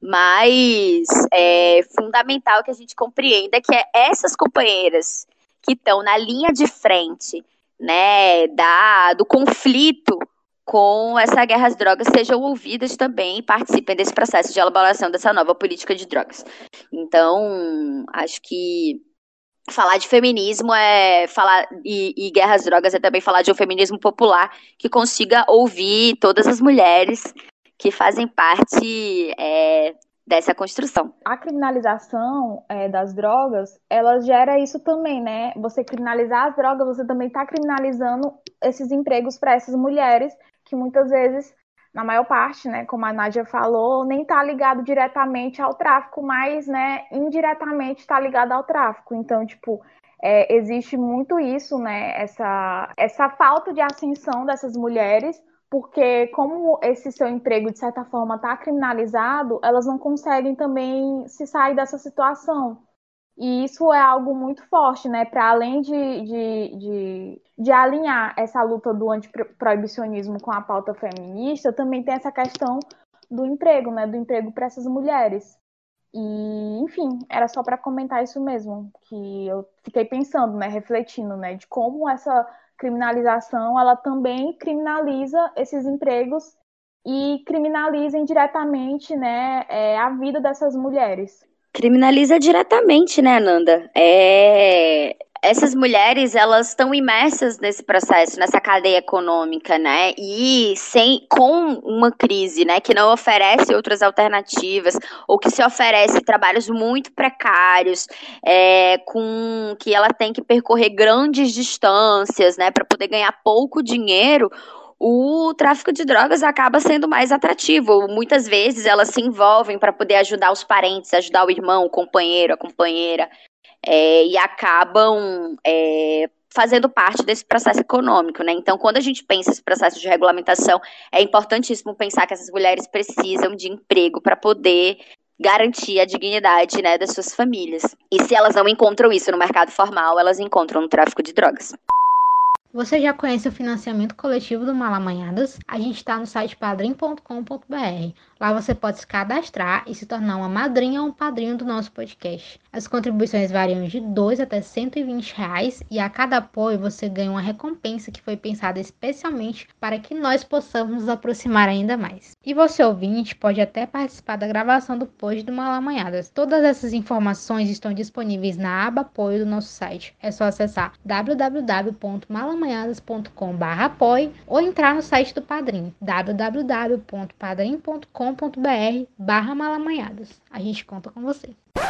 mas é fundamental que a gente compreenda que é essas companheiras que estão na linha de frente, né, da, do conflito com essa guerra às drogas sejam ouvidas também e participem desse processo de elaboração dessa nova política de drogas. Então, acho que falar de feminismo é falar e, e guerra às drogas é também falar de um feminismo popular que consiga ouvir todas as mulheres que fazem parte é, dessa construção. A criminalização é, das drogas, ela gera isso também, né? Você criminalizar as drogas, você também está criminalizando esses empregos para essas mulheres que muitas vezes na maior parte, né, como a Nádia falou, nem está ligado diretamente ao tráfico, mas, né, indiretamente está ligado ao tráfico. Então, tipo, é, existe muito isso, né, essa, essa falta de ascensão dessas mulheres, porque como esse seu emprego, de certa forma, está criminalizado, elas não conseguem também se sair dessa situação. E isso é algo muito forte, né? Para além de, de, de, de alinhar essa luta do antiproibicionismo com a pauta feminista, também tem essa questão do emprego, né? Do emprego para essas mulheres. E, enfim, era só para comentar isso mesmo, que eu fiquei pensando, né? Refletindo, né? De como essa criminalização, ela também criminaliza esses empregos e criminaliza indiretamente, né? É, a vida dessas mulheres. Criminaliza diretamente, né, Nanda? É... Essas mulheres, elas estão imersas nesse processo, nessa cadeia econômica, né? E sem, com uma crise, né, que não oferece outras alternativas, ou que se oferece trabalhos muito precários, é, com que ela tem que percorrer grandes distâncias, né, para poder ganhar pouco dinheiro. O tráfico de drogas acaba sendo mais atrativo. Muitas vezes elas se envolvem para poder ajudar os parentes, ajudar o irmão, o companheiro, a companheira, é, e acabam é, fazendo parte desse processo econômico, né? Então, quando a gente pensa esse processo de regulamentação, é importantíssimo pensar que essas mulheres precisam de emprego para poder garantir a dignidade, né, das suas famílias. E se elas não encontram isso no mercado formal, elas encontram no tráfico de drogas. Você já conhece o financiamento coletivo do Malamanhadas? A gente está no site padrim ponto com ponto br. Lá você pode se cadastrar e se tornar uma madrinha ou um padrinho do nosso podcast. As contribuições variam de dois até cento e vinte reais e a cada apoio você ganha uma recompensa que foi pensada especialmente para que nós possamos nos aproximar ainda mais. E você, ouvinte, pode até participar da gravação do post do Malamanhadas. Todas essas informações estão disponíveis na aba apoio do nosso site. É só acessar w w w ponto malamanhadas ponto com barra apoio ou entrar no site do Padrim, w w w ponto padrim ponto com ponto br barra malamanhadas. A gente conta com você.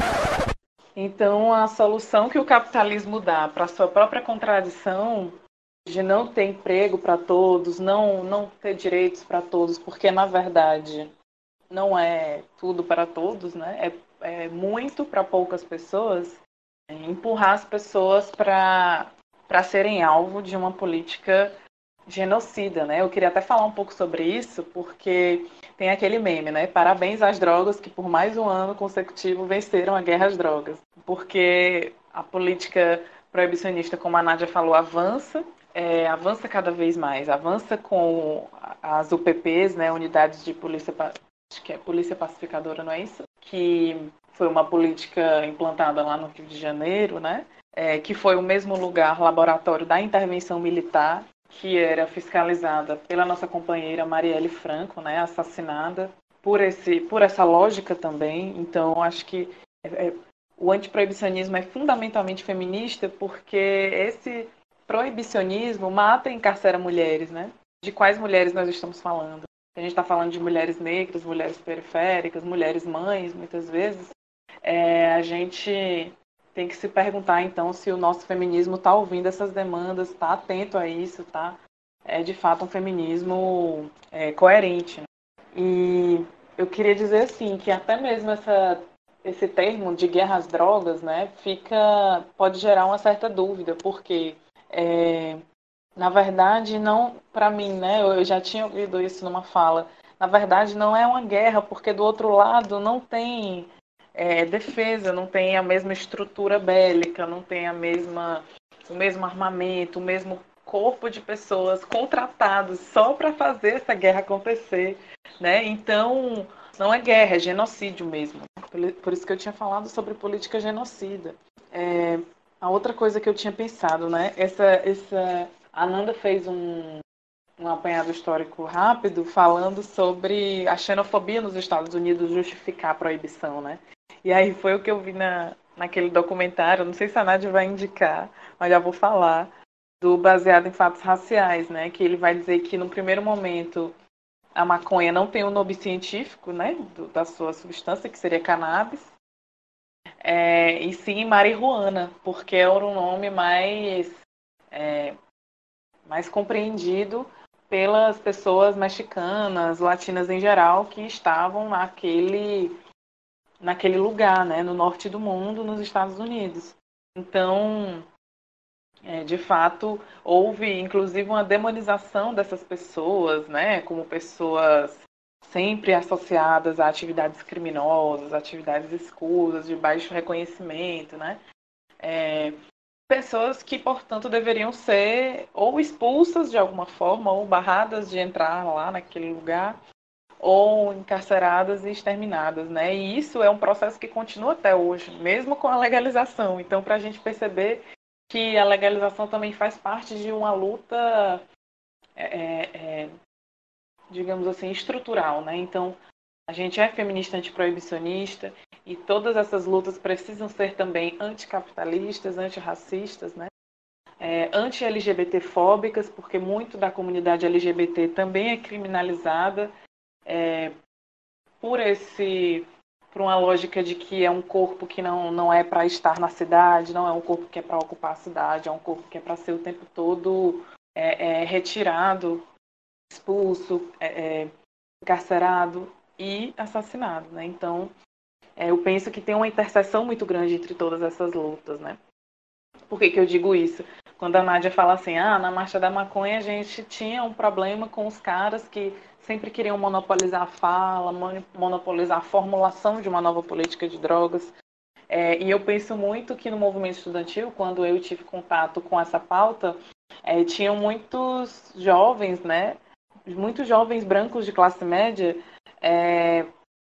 Então, a solução que o capitalismo dá para a sua própria contradição de não ter emprego para todos, não, não ter direitos para todos, porque, na verdade, não é tudo para todos, né? É, é muito para poucas pessoas, é empurrar as pessoas para para serem alvo de uma política genocida, né? Eu queria até falar um pouco sobre isso, porque tem aquele meme, né? Parabéns às drogas que por mais um ano consecutivo venceram a guerra às drogas. Porque a política proibicionista, como a Nádia falou, avança, é, avança cada vez mais, avança com as U P Ps, né? Unidades de polícia, acho que é polícia pacificadora, não é isso? Que foi uma política implantada lá no Rio de Janeiro, né? É, que foi o mesmo lugar, laboratório da intervenção militar, que era fiscalizada pela nossa companheira Marielle Franco, né, assassinada por, esse, por essa lógica também. Então, acho que é, é, o antiproibicionismo é fundamentalmente feminista porque esse proibicionismo mata e encarcera mulheres, né? De quais mulheres nós estamos falando? A gente está falando de mulheres negras, mulheres periféricas, mulheres mães, muitas vezes. É, a gente tem que se perguntar, então, se o nosso feminismo está ouvindo essas demandas, está atento a isso, está, é de fato um feminismo é, coerente. Né? E eu queria dizer, assim, que até mesmo essa, esse termo de guerra às drogas, né, fica, pode gerar uma certa dúvida, porque, é, na verdade, não, para mim, né, eu já tinha ouvido isso numa fala, na verdade, não é uma guerra, porque do outro lado não tem... É, defesa, não tem a mesma estrutura bélica, não tem a mesma, o mesmo armamento, o mesmo corpo de pessoas contratados só para fazer essa guerra acontecer, né? Então, não é guerra, é genocídio mesmo. Por, por isso que eu tinha falado sobre política genocida. É, a outra coisa que eu tinha pensado, né? Essa, essa, a Nanda fez um, um apanhado histórico rápido falando sobre a xenofobia nos Estados Unidos justificar a proibição, né? E aí foi o que eu vi na, naquele documentário, não sei se a Nádia vai indicar, mas já vou falar, do Baseado em Fatos Raciais, né? Que ele vai dizer que no primeiro momento a maconha não tem o nome científico, né? Do, da sua substância, que seria cannabis, é, e sim marihuana, porque era um nome mais, é, mais compreendido pelas pessoas mexicanas, latinas em geral, que estavam naquele, naquele lugar, né, no norte do mundo, nos Estados Unidos. Então, é, de fato, houve inclusive uma demonização dessas pessoas, né, como pessoas sempre associadas a atividades criminosas, atividades escuras, de baixo reconhecimento, né, é, pessoas que, portanto, deveriam ser ou expulsas de alguma forma, ou barradas de entrar lá naquele lugar, ou encarceradas e exterminadas, né? E isso é um processo que continua até hoje, mesmo com a legalização. Então, para a gente perceber que a legalização também faz parte de uma luta, é, é, digamos assim, estrutural, né? Então, a gente é feminista antiproibicionista e todas essas lutas precisam ser também anticapitalistas, antirracistas, né? É, anti-L G B T-fóbicas, porque muito da comunidade L G B T também é criminalizada é, por esse, por uma lógica de que é um corpo que não, não é para estar na cidade, não é um corpo que é para ocupar a cidade, é um corpo que é para ser o tempo todo é, é, retirado, expulso, é, é, encarcerado e assassinado, né? Então, é, eu penso que tem uma interseção muito grande entre todas essas lutas, né? Por que que eu digo isso? Quando a Nádia fala assim, ah, na Marcha da Maconha a gente tinha um problema com os caras que sempre queriam monopolizar a fala, monopolizar a formulação de uma nova política de drogas. É, e eu penso muito que no movimento estudantil, quando eu tive contato com essa pauta, é, tinham muitos jovens, né? Muitos jovens brancos de classe média, é,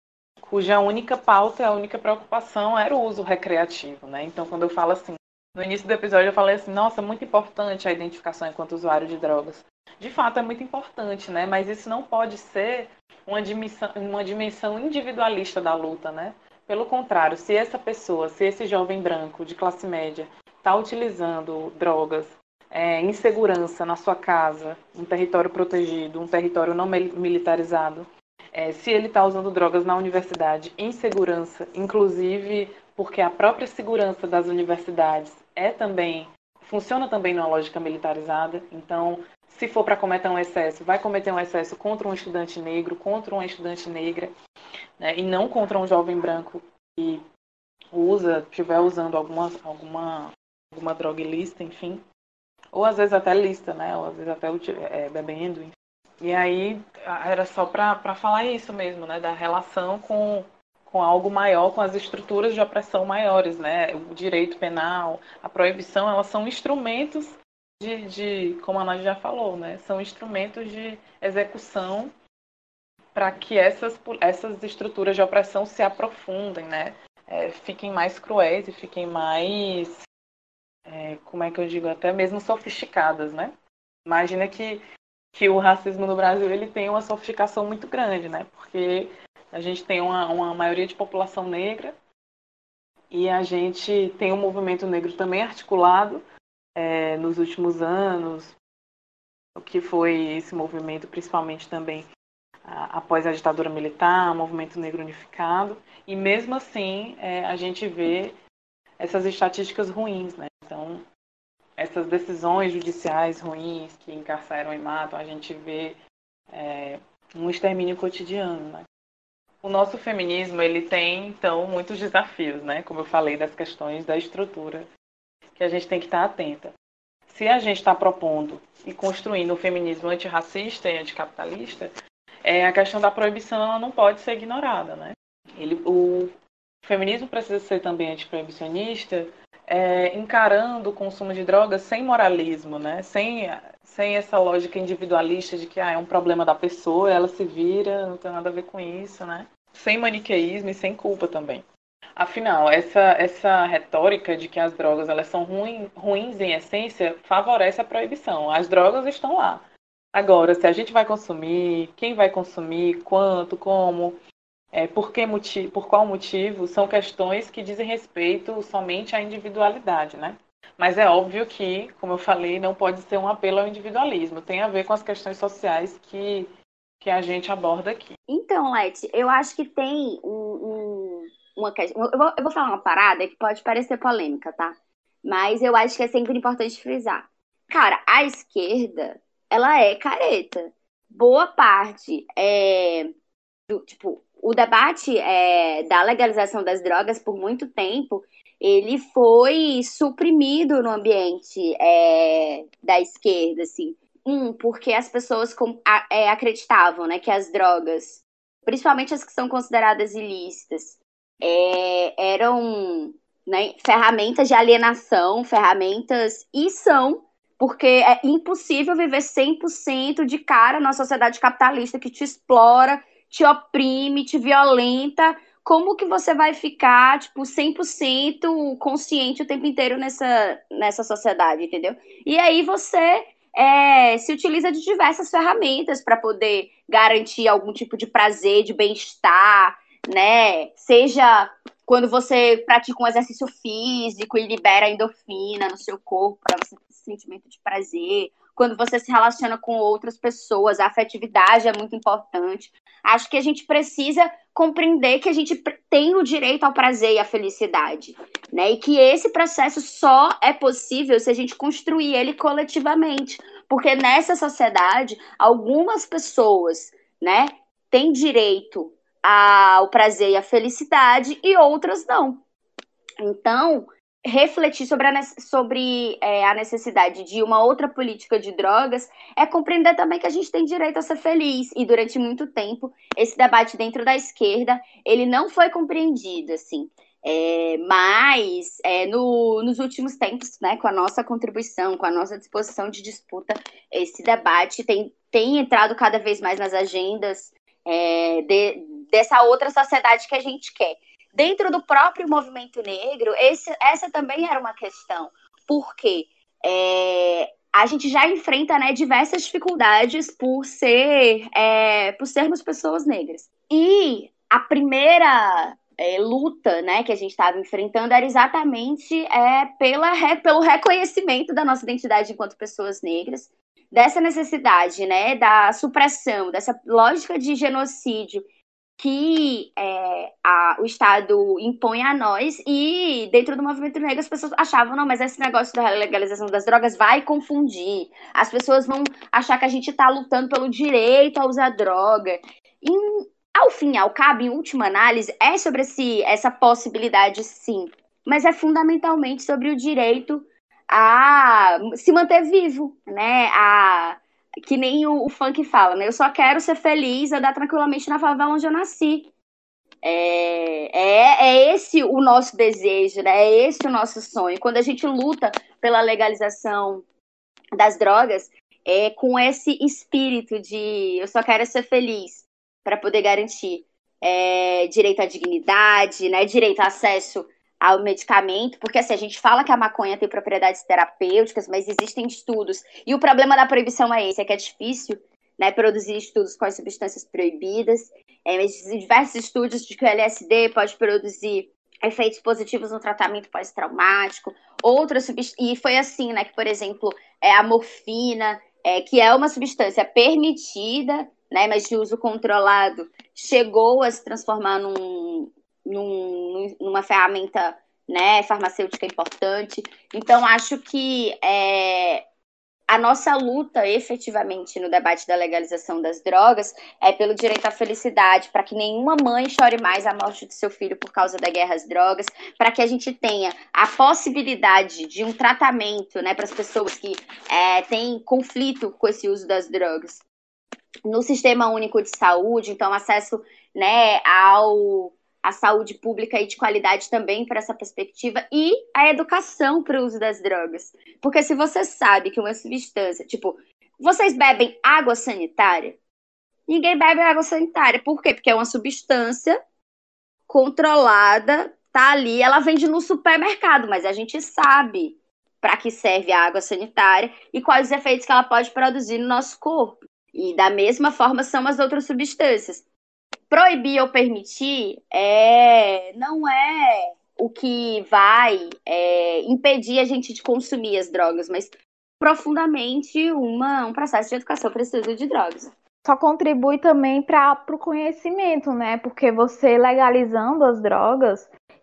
cuja única pauta, a única preocupação era o uso recreativo, né? Então, quando eu falo assim, no início do episódio eu falei assim, nossa, muito importante a identificação enquanto usuário de drogas. De fato, é muito importante, né? Mas isso não pode ser uma dimensão, uma dimensão individualista da luta, né? Pelo contrário, se essa pessoa, se esse jovem branco de classe média está utilizando drogas é, em segurança na sua casa, um território protegido, um território não militarizado, é, se ele está usando drogas na universidade em segurança, inclusive porque a própria segurança das universidades é também funciona também numa lógica militarizada. Então, se for para cometer um excesso, vai cometer um excesso contra um estudante negro, contra uma estudante negra, né, e não contra um jovem branco que usa, estiver usando alguma, alguma, alguma droga ilícita, enfim. Ou às vezes até lista, né? Ou às vezes até é, bebendo, enfim. E aí era só para falar isso mesmo, né? Da relação com, com algo maior, com as estruturas de opressão maiores, né? O direito penal, a proibição, elas são instrumentos de, de como a Nádia já falou, né? São instrumentos de execução para que essas, essas estruturas de opressão se aprofundem, né? É, fiquem mais cruéis e fiquem mais, é, como é que eu digo, até mesmo sofisticadas, né? Imagina que que o racismo no Brasil ele tem uma sofisticação muito grande, né? Porque a gente tem uma, uma maioria de população negra e a gente tem um movimento negro também articulado é, nos últimos anos, o que foi esse movimento, principalmente também a, após a ditadura militar, o movimento negro unificado, e mesmo assim é, a gente vê essas estatísticas ruins, né? Então, essas decisões judiciais ruins que encarceram e matam, a gente vê é, um extermínio cotidiano, né? O nosso feminismo, ele tem, então, muitos desafios, né? Como eu falei, das questões da estrutura, que a gente tem que estar atenta. Se a gente está propondo e construindo um feminismo antirracista e anticapitalista, é, a questão da proibição ela não pode ser ignorada, né? Ele, o feminismo precisa ser também antiproibicionista, é, encarando o consumo de drogas sem moralismo, né? Sem, sem essa lógica individualista de que ah, é um problema da pessoa, ela se vira, não tem nada a ver com isso, né? Sem maniqueísmo e sem culpa também. Afinal, essa, essa retórica de que as drogas elas são ruim, ruins em essência favorece a proibição. As drogas estão lá. Agora, se a gente vai consumir, quem vai consumir, quanto, como, é, por, que motivo, por qual motivo, são questões que dizem respeito somente à individualidade, né? Mas é óbvio que, como eu falei, não pode ser um apelo ao individualismo. Tem a ver com as questões sociais que, que a gente aborda aqui. Então, Leti, eu acho que tem um, um, uma questão... Eu vou, eu vou falar uma parada que pode parecer polêmica, tá? Mas eu acho que é sempre importante frisar. Cara, a esquerda, ela é careta. Boa parte é, do, tipo, o debate é, da legalização das drogas, por muito tempo, ele foi suprimido no ambiente é, da esquerda, assim. Um, porque as pessoas com, a, é, acreditavam, né, que as drogas, principalmente as que são consideradas ilícitas, é, eram, né, ferramentas de alienação, ferramentas, e são, porque é impossível viver cem por cento de cara na sociedade capitalista que te explora, te oprime, te violenta. Como que você vai ficar, tipo, cem por cento consciente o tempo inteiro nessa, nessa sociedade, entendeu? E aí você é, se utiliza de diversas ferramentas para poder garantir algum tipo de prazer, de bem-estar, né? Seja quando você pratica um exercício físico e libera endorfina no seu corpo para você ter esse sentimento de prazer. Quando você se relaciona com outras pessoas, a afetividade é muito importante. Acho que a gente precisa compreender que a gente tem o direito ao prazer e à felicidade, né? E que esse processo só é possível se a gente construir ele coletivamente. Porque nessa sociedade, algumas pessoas, né, têm direito ao prazer e à felicidade e outras não. Então, refletir sobre, a, sobre é, a necessidade de uma outra política de drogas é compreender também que a gente tem direito a ser feliz. E durante muito tempo, esse debate dentro da esquerda, ele não foi compreendido, assim. É, mas é, no, nos últimos tempos, né, com a nossa contribuição, com a nossa disposição de disputa, esse debate tem, tem entrado cada vez mais nas agendas é, de, dessa outra sociedade que a gente quer. Dentro do próprio movimento negro, esse, essa também era uma questão, porque é, a gente já enfrenta, né, diversas dificuldades por, ser, é, por sermos pessoas negras. E a primeira é, luta, né, que a gente estava enfrentando era exatamente é, pela, pelo reconhecimento da nossa identidade enquanto pessoas negras, dessa necessidade, né, da supressão, dessa lógica de genocídio que é, a, o Estado impõe a nós, e dentro do movimento negro as pessoas achavam, não, mas esse negócio da legalização das drogas vai confundir, as pessoas vão achar que a gente está lutando pelo direito a usar droga. E, ao fim e ao cabo, em última análise, é sobre esse, essa possibilidade, sim, mas é fundamentalmente sobre o direito a se manter vivo, né, a... que nem o, o funk fala, né? Eu só quero ser feliz, andar tranquilamente na favela onde eu nasci. É, é, é esse o nosso desejo, né? É esse o nosso sonho. Quando a gente luta pela legalização das drogas, é com esse espírito de eu só quero ser feliz para poder garantir é, direito à dignidade, né? Direito a acesso ao medicamento, porque assim, a gente fala que a maconha tem propriedades terapêuticas, mas existem estudos, e o problema da proibição é esse, é que é difícil, né, produzir estudos com as substâncias proibidas, é, existem diversos estudos de que o L S D pode produzir efeitos positivos no tratamento pós-traumático, outras substâncias, e foi assim, né, que, por exemplo, é, a morfina, é, que é uma substância permitida, né, mas de uso controlado, chegou a se transformar num Num, numa ferramenta, né, farmacêutica importante. Então, acho que é, a nossa luta, efetivamente, no debate da legalização das drogas é pelo direito à felicidade, para que nenhuma mãe chore mais a morte do seu filho por causa da guerra às drogas, para que a gente tenha a possibilidade de um tratamento, né, para as pessoas que é, têm conflito com esse uso das drogas no Sistema Único de Saúde, então acesso, né, ao a saúde pública e de qualidade também para essa perspectiva, e a educação para o uso das drogas. Porque se você sabe que uma substância, tipo, vocês bebem água sanitária? Ninguém bebe água sanitária. Por quê? Porque é uma substância controlada, tá ali, ela vende no supermercado, mas a gente sabe para que serve a água sanitária e quais os efeitos que ela pode produzir no nosso corpo. E da mesma forma são as outras substâncias. Proibir ou permitir é, não é o que vai é, impedir a gente de consumir as drogas, mas profundamente uma, um processo de educação para esse uso de drogas. Só contribui também para o conhecimento, né? Porque você legalizando as drogas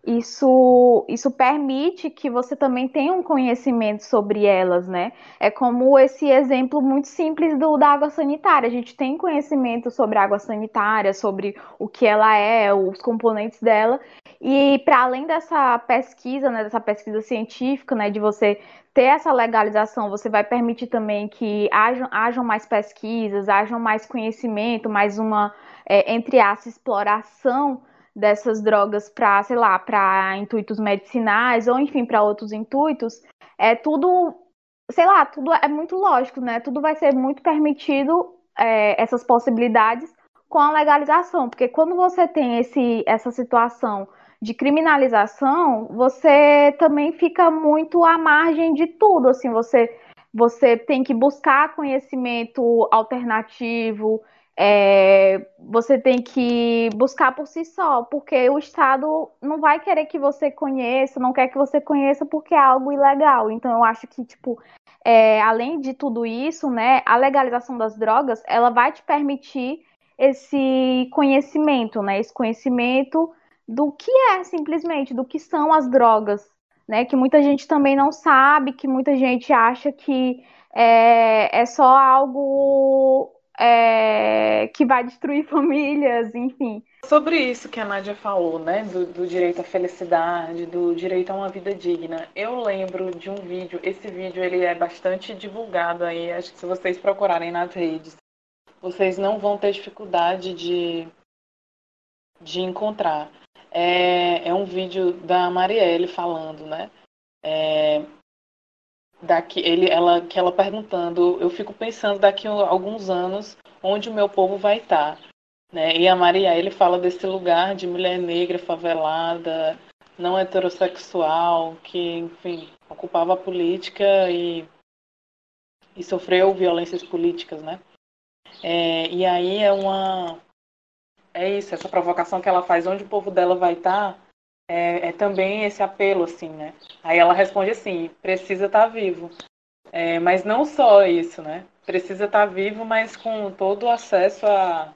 isso, isso permite que você também tenha um conhecimento sobre elas, né? É como esse exemplo muito simples do, da água sanitária. A gente tem conhecimento sobre a água sanitária, sobre o que ela é, os componentes dela. E para além dessa pesquisa, né, dessa pesquisa científica, né, de você ter essa legalização, você vai permitir também que hajam, hajam mais pesquisas, hajam mais conhecimento, mais uma, é, entre aspas, exploração dessas drogas para, sei lá, para intuitos medicinais ou, enfim, para outros intuitos, é tudo, sei lá, tudo é muito lógico, né? Tudo vai ser muito permitido, é, essas possibilidades com a legalização, porque quando você tem esse, essa situação de criminalização, você também fica muito à margem de tudo, assim, você, você tem que buscar conhecimento alternativo, é, você tem que buscar por si só, porque o Estado não vai querer que você conheça, não quer que você conheça porque é algo ilegal. Então, eu acho que, tipo, é, além de tudo isso, né, a legalização das drogas, ela vai te permitir esse conhecimento, né, esse conhecimento do que é, simplesmente, do que são as drogas, né, que muita gente também não sabe, que muita gente acha que é, é só algo é, que vai destruir famílias, enfim. Sobre isso que a Nádia falou, né, do, do direito à felicidade, do direito a uma vida digna, eu lembro de um vídeo, esse vídeo ele é bastante divulgado aí, acho que se vocês procurarem nas redes, vocês não vão ter dificuldade de, de encontrar. É, é um vídeo da Marielle falando, né, é, daqui, ele, ela, que ela perguntando, eu fico pensando daqui a alguns anos onde o meu povo vai estar. Né? E a Marielle fala desse lugar de mulher negra, favelada, não heterossexual, que, enfim, ocupava a política e, e sofreu violências políticas, né? É, e aí é uma... É isso, essa provocação que ela faz, onde o povo dela vai estar, é, é também esse apelo, assim, né? Aí ela responde assim, precisa estar vivo. É, mas não só isso, né? Precisa estar vivo, mas com todo o acesso a...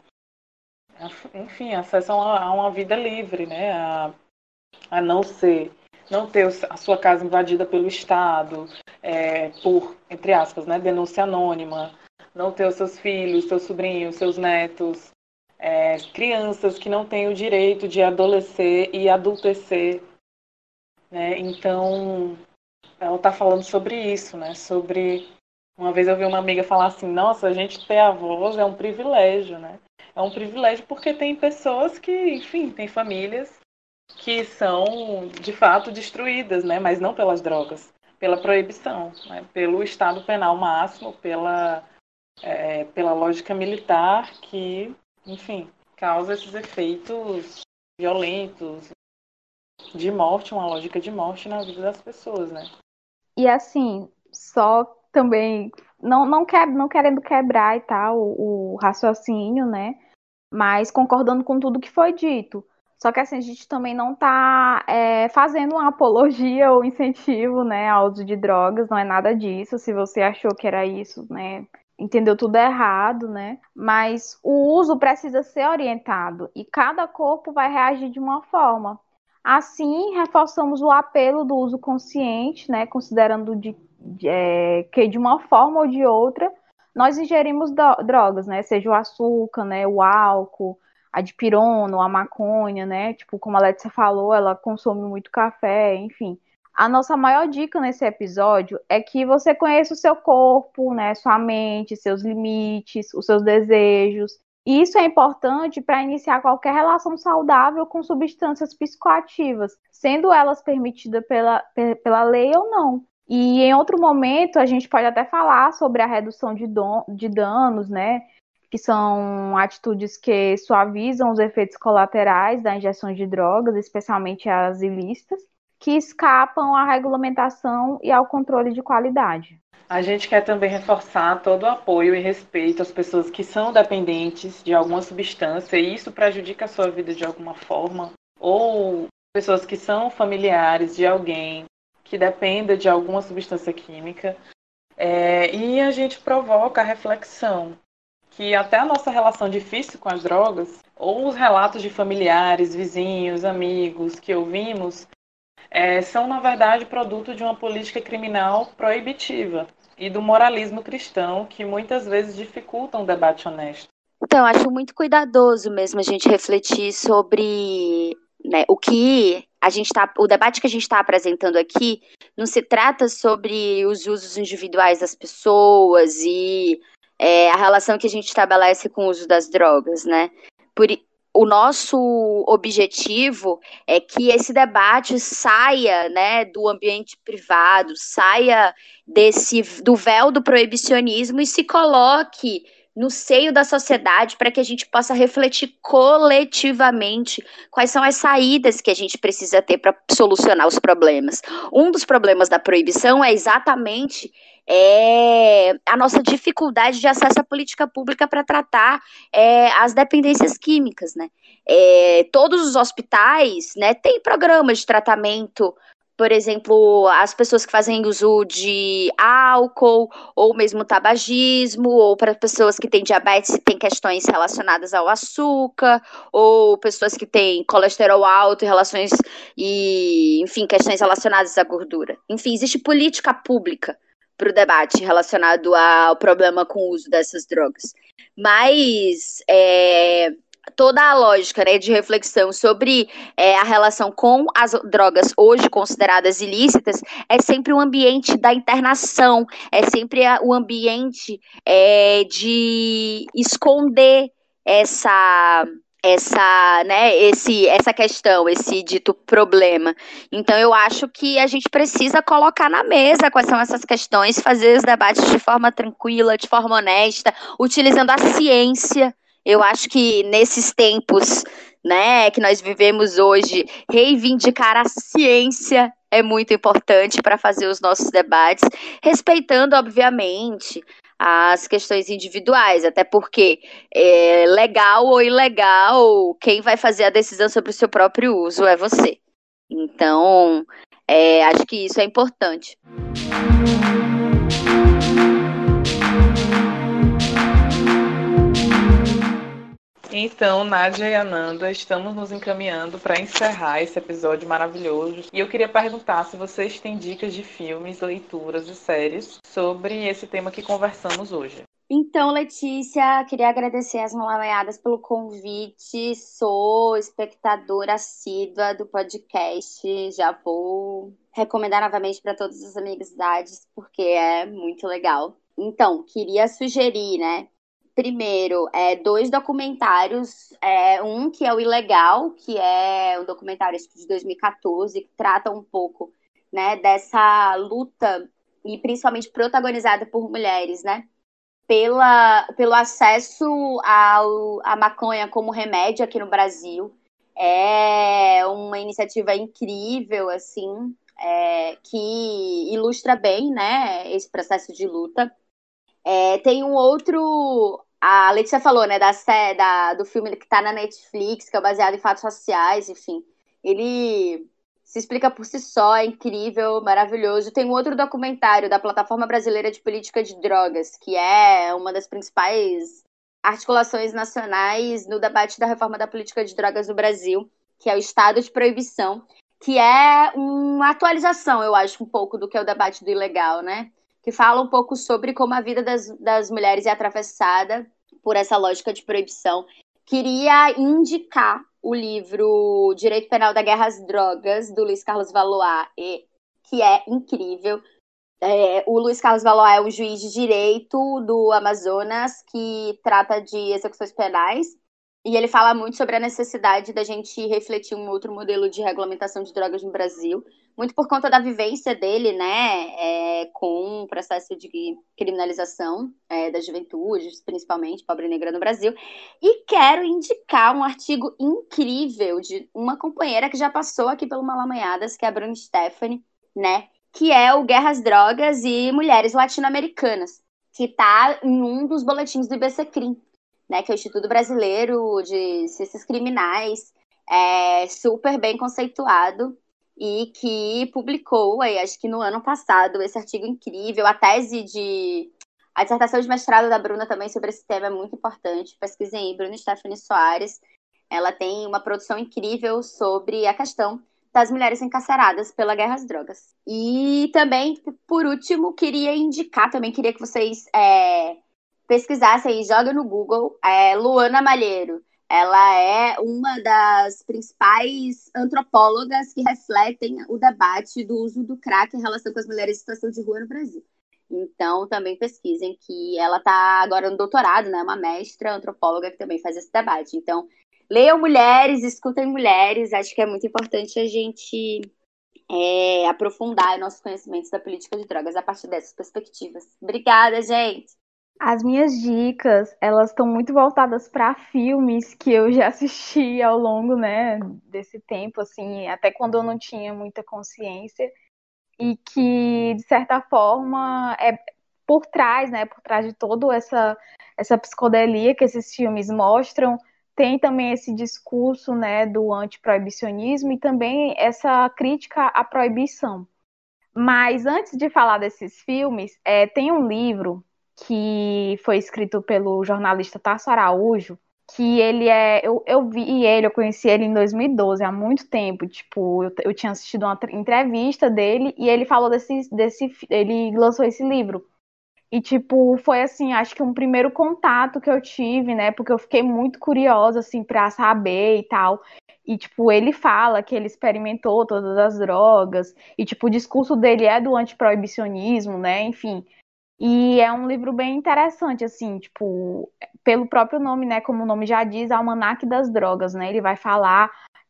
enfim, acesso a uma, a uma vida livre, né? A, a não ser, não ter a sua casa invadida pelo Estado, é, por, entre aspas, né, denúncia anônima, não ter os seus filhos, seus sobrinhos, seus netos, é, crianças que não têm o direito de adolescer e adultecer, né? Então, ela está falando sobre isso, né? Sobre... Uma vez eu vi uma amiga falar assim, nossa, a gente ter avós é um privilégio, né? É um privilégio porque tem pessoas que, enfim, tem famílias que são, de fato, destruídas, né? Mas não pelas drogas, pela proibição, né? Pelo Estado penal máximo, pela, é, pela lógica militar que, enfim, causa esses efeitos violentos, de morte, uma lógica de morte na vida das pessoas, né? E assim, só também, não, não, que, não querendo quebrar e tal o, o raciocínio, né? Mas concordando com tudo que foi dito. Só que assim, a gente também não está é, fazendo uma apologia ou incentivo, né, ao uso de drogas, não é nada disso. Se você achou que era isso, né, entendeu tudo errado, né? Mas o uso precisa ser orientado e cada corpo vai reagir de uma forma. Assim, reforçamos o apelo do uso consciente, né, considerando de, de, é, que de uma forma ou de outra nós ingerimos do- drogas, né? Seja o açúcar, né? O álcool, a dipirona, ou a maconha, né? Tipo, como a Letícia falou, ela consome muito café, enfim. A nossa maior dica nesse episódio é que você conheça o seu corpo, né? Sua mente, seus limites, os seus desejos. E isso é importante para iniciar qualquer relação saudável com substâncias psicoativas, sendo elas permitidas pela, pela lei ou não. E em outro momento a gente pode até falar sobre a redução de, don, de danos, né? Que são atitudes que suavizam os efeitos colaterais da injeção de drogas, especialmente as ilícitas, que escapam à regulamentação e ao controle de qualidade. A gente quer também reforçar todo o apoio e respeito às pessoas que são dependentes de alguma substância e isso prejudica a sua vida de alguma forma, ou pessoas que são familiares de alguém que dependa de alguma substância química, é, e a gente provoca a reflexão que até a nossa relação difícil com as drogas, ou os relatos de familiares, vizinhos, amigos que ouvimos, é, são, na verdade, produto de uma política criminal proibitiva e do moralismo cristão que muitas vezes dificultam o debate honesto. Então, acho muito cuidadoso mesmo a gente refletir sobre, né, o que a gente tá, o debate que a gente está apresentando aqui não se trata sobre os usos individuais das pessoas e é, a relação que a gente estabelece com o uso das drogas, né? Por, o nosso objetivo é que esse debate saia, né, do ambiente privado, saia desse, do véu do proibicionismo e se coloque no seio da sociedade para que a gente possa refletir coletivamente quais são as saídas que a gente precisa ter para solucionar os problemas. Um dos problemas da proibição é exatamente é, a nossa dificuldade de acesso à política pública para tratar é, as dependências químicas, né? É, todos os hospitais, né, têm programas de tratamento. Por exemplo, as pessoas que fazem uso de álcool, ou mesmo tabagismo, ou para pessoas que têm diabetes e têm questões relacionadas ao açúcar, ou pessoas que têm colesterol alto e relações e, enfim, questões relacionadas à gordura. Enfim, existe política pública para o debate relacionado ao problema com o uso dessas drogas. Mas é, toda a lógica, né, de reflexão sobre é, a relação com as drogas hoje consideradas ilícitas é sempre o ambiente da internação, é sempre a, o ambiente é, de esconder essa... essa, né, esse, essa questão, esse dito problema. Então, eu acho que a gente precisa colocar na mesa quais são essas questões, fazer os debates de forma tranquila, de forma honesta, utilizando a ciência. Eu acho que nesses tempos, né, que nós vivemos hoje, reivindicar a ciência é muito importante para fazer os nossos debates, respeitando, obviamente, as questões individuais, até porque é, legal ou ilegal, quem vai fazer a decisão sobre o seu próprio uso é você. Então, é, acho que isso é importante. Então, Nádia e Ananda, estamos nos encaminhando para encerrar esse episódio maravilhoso. E eu queria perguntar se vocês têm dicas de filmes, leituras e séries sobre esse tema que conversamos hoje. Então, Letícia, queria agradecer às Malameadas pelo convite. Sou espectadora assídua do podcast. Já vou recomendar novamente para todos os amiguidades, porque é muito legal. Então, queria sugerir, né? Primeiro, é, dois documentários, é, um que é o Ilegal, que é um documentário de dois mil e quatorze, que trata um pouco, né, dessa luta, e principalmente protagonizada por mulheres, né, pela, pelo acesso ao, à maconha como remédio aqui no Brasil. É uma iniciativa incrível, assim, é, que ilustra bem, né, esse processo de luta. É, tem um outro... A Letícia falou, né, da, da, do filme que tá na Netflix, que é baseado em fatos sociais, enfim. Ele se explica por si só, é incrível, maravilhoso. Tem um outro documentário da Plataforma Brasileira de Política de Drogas, que é uma das principais articulações nacionais no debate da reforma da política de drogas no Brasil, que é o Estado de Proibição, que é uma atualização, eu acho, um pouco do que é o debate do ilegal, né? Que fala um pouco sobre como a vida das, das mulheres é atravessada por essa lógica de proibição. Queria indicar o livro Direito Penal da Guerra às Drogas, do Luiz Carlos Valois, que é incrível. É, o Luiz Carlos Valois é um juiz de direito do Amazonas que trata de execuções penais. E ele fala muito sobre a necessidade da gente refletir um outro modelo de regulamentação de drogas no Brasil, muito por conta da vivência dele, né, é, com o processo de criminalização é, da juventude, principalmente pobre e negra no Brasil. E quero indicar um artigo incrível de uma companheira que já passou aqui pelo Malamanhadas, que é a Bruna Stephanie, né, que é o Guerra às Drogas e Mulheres Latino-Americanas, que está em um dos boletins do I B C C R I M. Né, que é o Instituto Brasileiro de Ciências Criminais, é, super bem conceituado, e que publicou, aí, acho que no ano passado, esse artigo incrível, a tese de A dissertação de mestrado da Bruna também sobre esse tema é muito importante. Pesquisem aí, Bruna Stephanie Soares. Ela tem uma produção incrível sobre a questão das mulheres encarceradas pela guerra às drogas. E também, por último, queria indicar, também queria que vocês é, pesquisassem aí, joguem no Google, é, Luana Malheiro. Ela é uma das principais antropólogas que refletem o debate do uso do crack em relação com as mulheres em situação de rua no Brasil. Então, também pesquisem que ela está agora no doutorado, né? Uma mestra antropóloga que também faz esse debate. Então, leiam mulheres, escutem mulheres. Acho que é muito importante a gente é, aprofundar nossos conhecimentos da política de drogas a partir dessas perspectivas. Obrigada, gente! As minhas dicas, elas estão muito voltadas para filmes que eu já assisti ao longo, né, desse tempo, assim, até quando eu não tinha muita consciência, e que, de certa forma, é por trás, né, por trás de toda essa, essa psicodelia que esses filmes mostram, tem também esse discurso, né, do antiproibicionismo e também essa crítica à proibição. Mas antes de falar desses filmes, é, tem um livro que foi escrito pelo jornalista Tasso Araújo, que ele é, eu, eu vi ele, eu conheci ele em dois mil e doze, há muito tempo, tipo, eu, eu tinha assistido uma entrevista dele e ele falou desse, desse, ele lançou esse livro. E, tipo, foi, assim, acho que um primeiro contato que eu tive, né, porque eu fiquei muito curiosa, assim, pra saber e tal. E, tipo, ele fala que ele experimentou todas as drogas e, tipo, o discurso dele é do antiproibicionismo, né, enfim. E é um livro bem interessante, assim, tipo, pelo próprio nome, né, como o nome já diz, Almanaque das Drogas, né, ele vai falar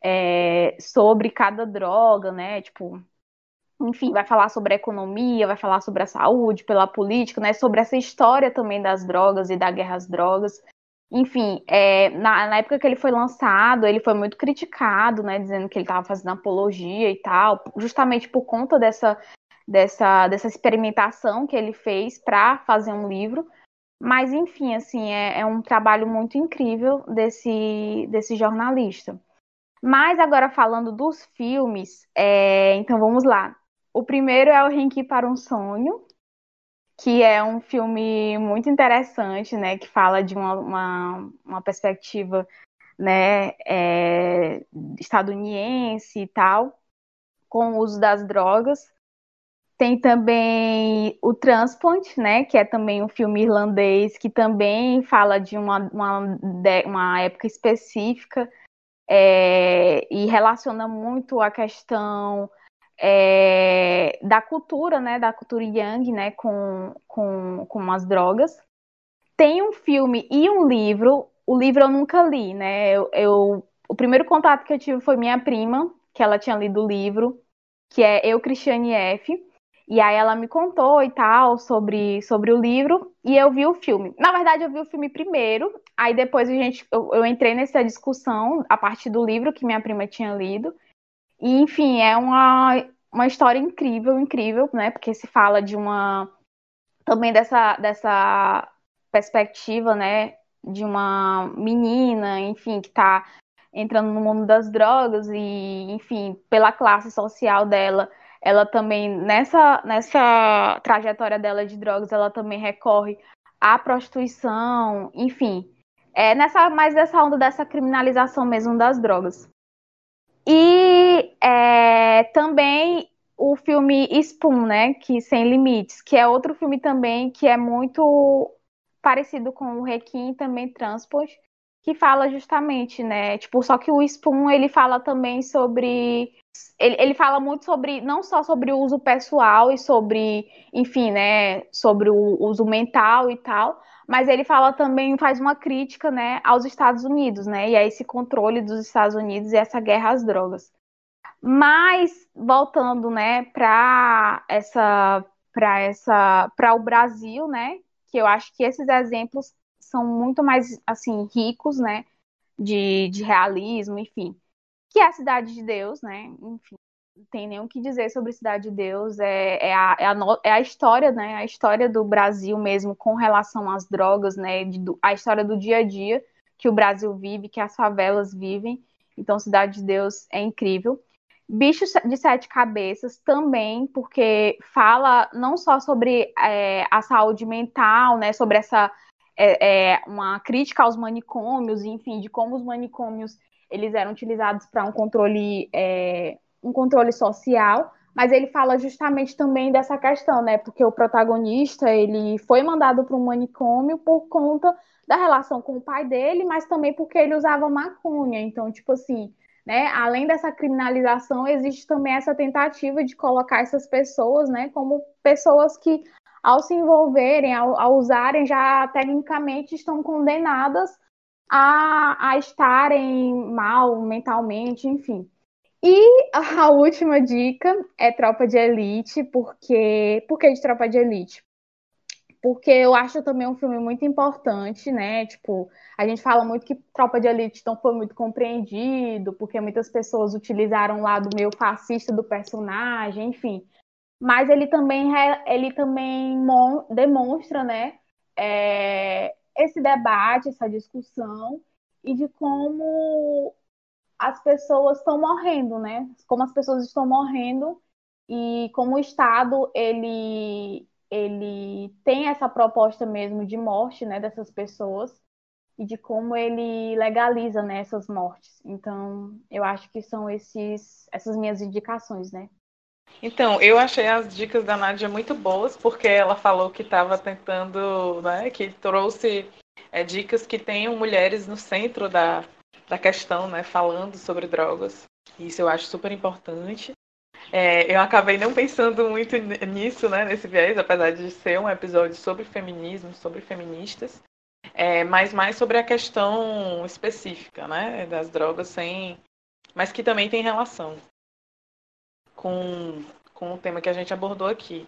é, sobre cada droga, né, tipo, enfim, vai falar sobre a economia, vai falar sobre a saúde, pela política, né, sobre essa história também das drogas e da guerra às drogas. Enfim, é, na, na época que ele foi lançado, ele foi muito criticado, né, dizendo que ele estava fazendo apologia e tal, justamente por conta dessa Dessa, dessa experimentação que ele fez para fazer um livro, mas enfim, assim, é, é um trabalho muito incrível desse, desse jornalista. Mas agora falando dos filmes, é, então vamos lá. O primeiro é o Renki para um Sonho, que é um filme muito interessante, né, que fala de uma, uma, uma perspectiva, né, é, estadunidense e tal, com o uso das drogas. Tem também o Transplant, né, que é também um filme irlandês que também fala de uma, uma, uma época específica é, e relaciona muito a questão é, da cultura, né, da cultura yang, né, com, com, com as drogas. Tem um filme e um livro, o livro eu nunca li, né, eu, eu, o primeiro contato que eu tive foi minha prima, que ela tinha lido o livro, que é Eu, Cristiane F., e aí ela me contou e tal sobre, sobre o livro e eu vi o filme. Na verdade, eu vi o filme primeiro, aí depois a gente, eu, eu entrei nessa discussão a partir do livro que minha prima tinha lido. E, enfim, é uma, uma história incrível, incrível, né? Porque se fala de uma... também dessa, dessa perspectiva, né? De uma menina, enfim, que tá entrando no mundo das drogas e, enfim, pela classe social dela, ela também, nessa, nessa trajetória dela de drogas, ela também recorre à prostituição, enfim, é nessa, mais dessa onda dessa criminalização mesmo das drogas. E é, também o filme Spoon, né, que Sem Limites, que é outro filme também que é muito parecido com o Requiem e também Transport, que fala justamente, né, tipo, só que o Spoon, ele fala também sobre... Ele, ele fala muito sobre, não só sobre o uso pessoal e sobre, enfim, né, sobre o uso mental e tal, mas ele fala também, faz uma crítica, né, aos Estados Unidos, né, e a esse controle dos Estados Unidos e essa guerra às drogas. Mas, voltando, né, para essa, para essa, para o Brasil, né, que eu acho que esses exemplos são muito mais, assim, ricos, né, de, de realismo, enfim, que é a Cidade de Deus, né, enfim, não tem nem o que dizer sobre Cidade de Deus, é, é, a, é, a, é a história, né, a história do Brasil mesmo com relação às drogas, né, de, do, a história do dia a dia que o Brasil vive, que as favelas vivem, então Cidade de Deus é incrível. Bicho de Sete Cabeças também, porque fala não só sobre é, a saúde mental, né, sobre essa é, é, uma crítica aos manicômios, enfim, de como os manicômios eles eram utilizados para um controle é, um controle social, mas ele fala justamente também dessa questão, né, porque o protagonista ele foi mandado para um manicômio por conta da relação com o pai dele, mas também porque ele usava maconha, então, tipo assim, né? Além dessa criminalização, existe também essa tentativa de colocar essas pessoas, né, como pessoas que, ao se envolverem, ao, ao usarem, já tecnicamente estão condenadas a, a estarem mal mentalmente, enfim. E a última dica é Tropa de Elite, porque por que de Tropa de Elite? Porque eu acho também um filme muito importante, né? Tipo, a gente fala muito que Tropa de Elite não foi muito compreendido, porque muitas pessoas utilizaram o lado meio fascista do personagem, enfim. Mas ele também, ele também demonstra, né, é, esse debate, essa discussão, e de como as pessoas estão morrendo, né? Como as pessoas estão morrendo e como o Estado, ele ele tem essa proposta mesmo de morte, né, dessas pessoas e de como ele legaliza, né, essas mortes. Então, eu acho que são esses, essas minhas indicações, né? Então, eu achei as dicas da Nádia muito boas, porque ela falou que estava tentando, né, que trouxe é, dicas que tenham mulheres no centro da, da questão, né, falando sobre drogas. Isso eu acho super importante. É, eu acabei não pensando muito nisso, né, nesse viés, apesar de ser um episódio sobre feminismo, sobre feministas, é, mas mais sobre a questão específica, né, das drogas, sem, mas que também tem relação com, com o tema que a gente abordou aqui.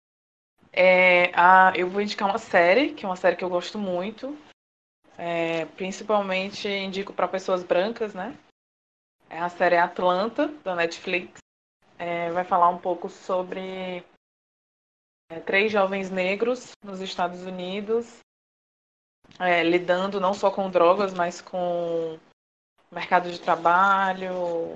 É, a, eu vou indicar uma série, que é uma série que eu gosto muito, é, principalmente indico para pessoas brancas, né? É a série Atlanta, da Netflix. É, vai falar um pouco sobre é, três jovens negros nos Estados Unidos, é, lidando não só com drogas, mas com mercado de trabalho,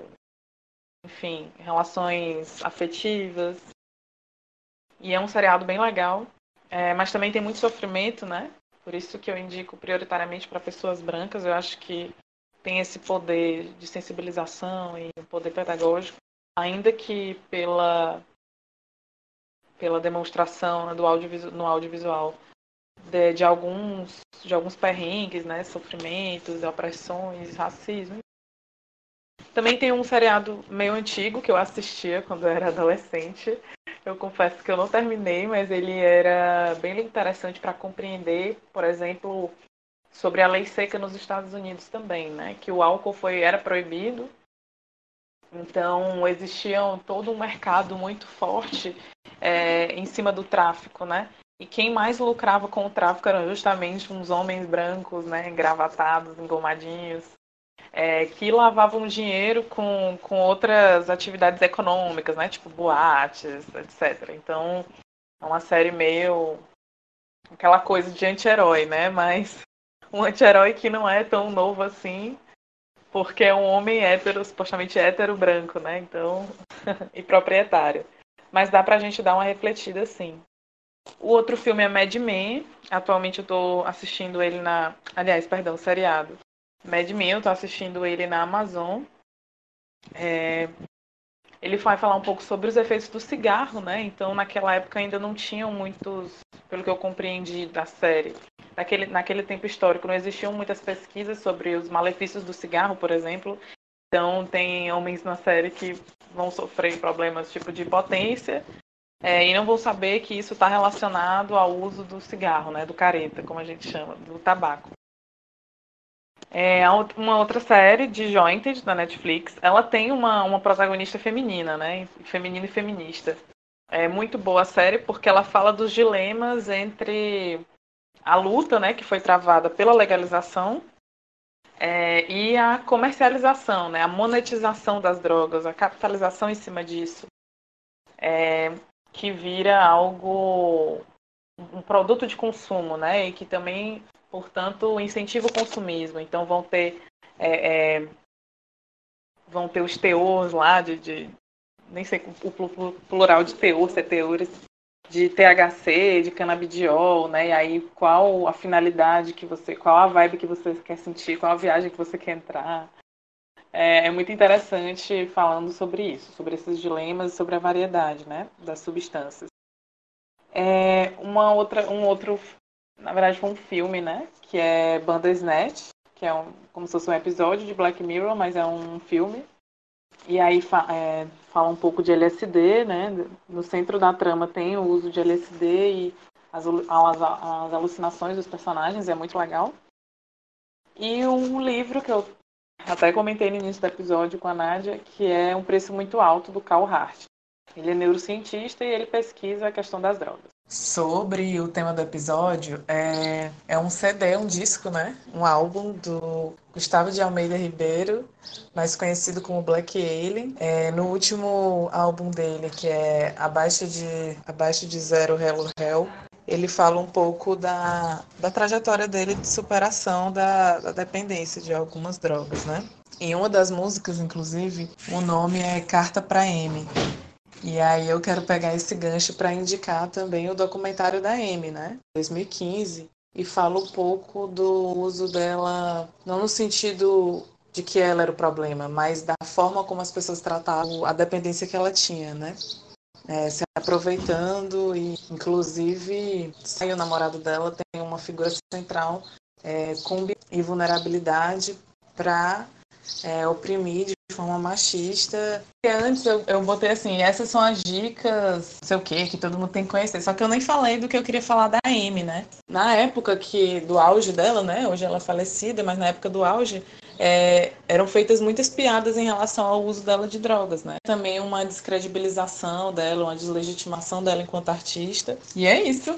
enfim, relações afetivas. E é um seriado bem legal, é, mas também tem muito sofrimento, né? Por isso que eu indico prioritariamente para pessoas brancas. Eu acho que tem esse poder de sensibilização e um poder pedagógico, ainda que pela, pela demonstração, né, do audiovisual, no audiovisual de, de, alguns, de alguns perrengues, né? Sofrimentos, opressões, racismo. Também tem um seriado meio antigo que eu assistia quando eu era adolescente. Eu confesso que eu não terminei, mas ele era bem interessante para compreender, por exemplo, sobre a lei seca nos Estados Unidos também, né? Que o álcool foi, era proibido, então existia todo um mercado muito forte é, em cima do tráfico, né? E quem mais lucrava com o tráfico eram justamente uns homens brancos, né? Engravatados, engomadinhos, é, que lavavam dinheiro com, com outras atividades econômicas, né? Tipo boates, etcétera. Então, é uma série meio aquela coisa de anti-herói, né? Mas um anti-herói que não é tão novo assim, porque é um homem hétero, supostamente hétero branco, né? Então, e proprietário. Mas dá pra gente dar uma refletida, sim. O outro filme é Mad Men. Atualmente eu tô assistindo ele na... Aliás, perdão, seriado. Mad Men, eu tô assistindo ele na Amazon. É... Ele vai falar um pouco sobre os efeitos do cigarro, né? Então, naquela época ainda não tinham muitos, pelo que eu compreendi da série, naquele, naquele tempo histórico não existiam muitas pesquisas sobre os malefícios do cigarro, por exemplo. Então, tem homens na série que vão sofrer problemas tipo de impotência é, e não vão saber que isso está relacionado ao uso do cigarro, né? Do careta, como a gente chama, do tabaco. É uma outra série de Jointed, da Netflix. Ela tem uma, uma protagonista feminina, né? Feminina e feminista. É muito boa a série porque ela fala dos dilemas entre a luta, né, que foi travada pela legalização é, e a comercialização, né, a monetização das drogas, a capitalização em cima disso, é, que vira algo, um produto de consumo, né, e que também, portanto, incentiva o consumismo. Então vão ter é, é, vão ter os teores lá, de, de nem sei o plural de teor, se é teores, de T H C, de canabidiol, né? E aí qual a finalidade que você, qual a vibe que você quer sentir, qual a viagem que você quer entrar. É, é muito interessante falando sobre isso, sobre esses dilemas e sobre a variedade, né, das substâncias. É uma outra, um outro, na verdade foi um filme, né, que é Bandersnatch, que é um, como se fosse um episódio de Black Mirror, mas é um filme. E aí fa é, fala um pouco de L S D, né? No centro da trama tem o uso de L S D e as, as, as alucinações dos personagens, é muito legal. E um livro que eu até comentei no início do episódio com a Nádia, que é Um Preço Muito Alto, do Carl Hart. Ele é neurocientista e ele pesquisa a questão das drogas. Sobre o tema do episódio, é, é um C D, um disco, né? Um álbum do Gustavo de Almeida Ribeiro, mais conhecido como Black Alien. É, no último álbum dele, que é Abaixo de, Abaixo de Zero, Hello Hell, ele fala um pouco da, da trajetória dele de superação da, da dependência de algumas drogas, né? Em uma das músicas, inclusive, o nome é Carta pra Amy. E aí eu quero pegar esse gancho para indicar também o documentário da Amy, né? dois mil e quinze, e fala um pouco do uso dela, não no sentido de que ela era o problema, mas da forma como as pessoas tratavam a dependência que ela tinha, né? É, se aproveitando e, inclusive, o namorado dela tem uma figura central é, com e vulnerabilidade para é, oprimir de forma machista. E antes eu, eu botei assim, essas são as dicas, não sei o que, que todo mundo tem que conhecer. Só que eu nem falei do que eu queria falar da Amy, né? Na época que, do auge dela, né? Hoje ela é falecida, mas na época do auge, é, eram feitas muitas piadas em relação ao uso dela de drogas, né? Também uma descredibilização dela, uma deslegitimação dela enquanto artista. E é isso.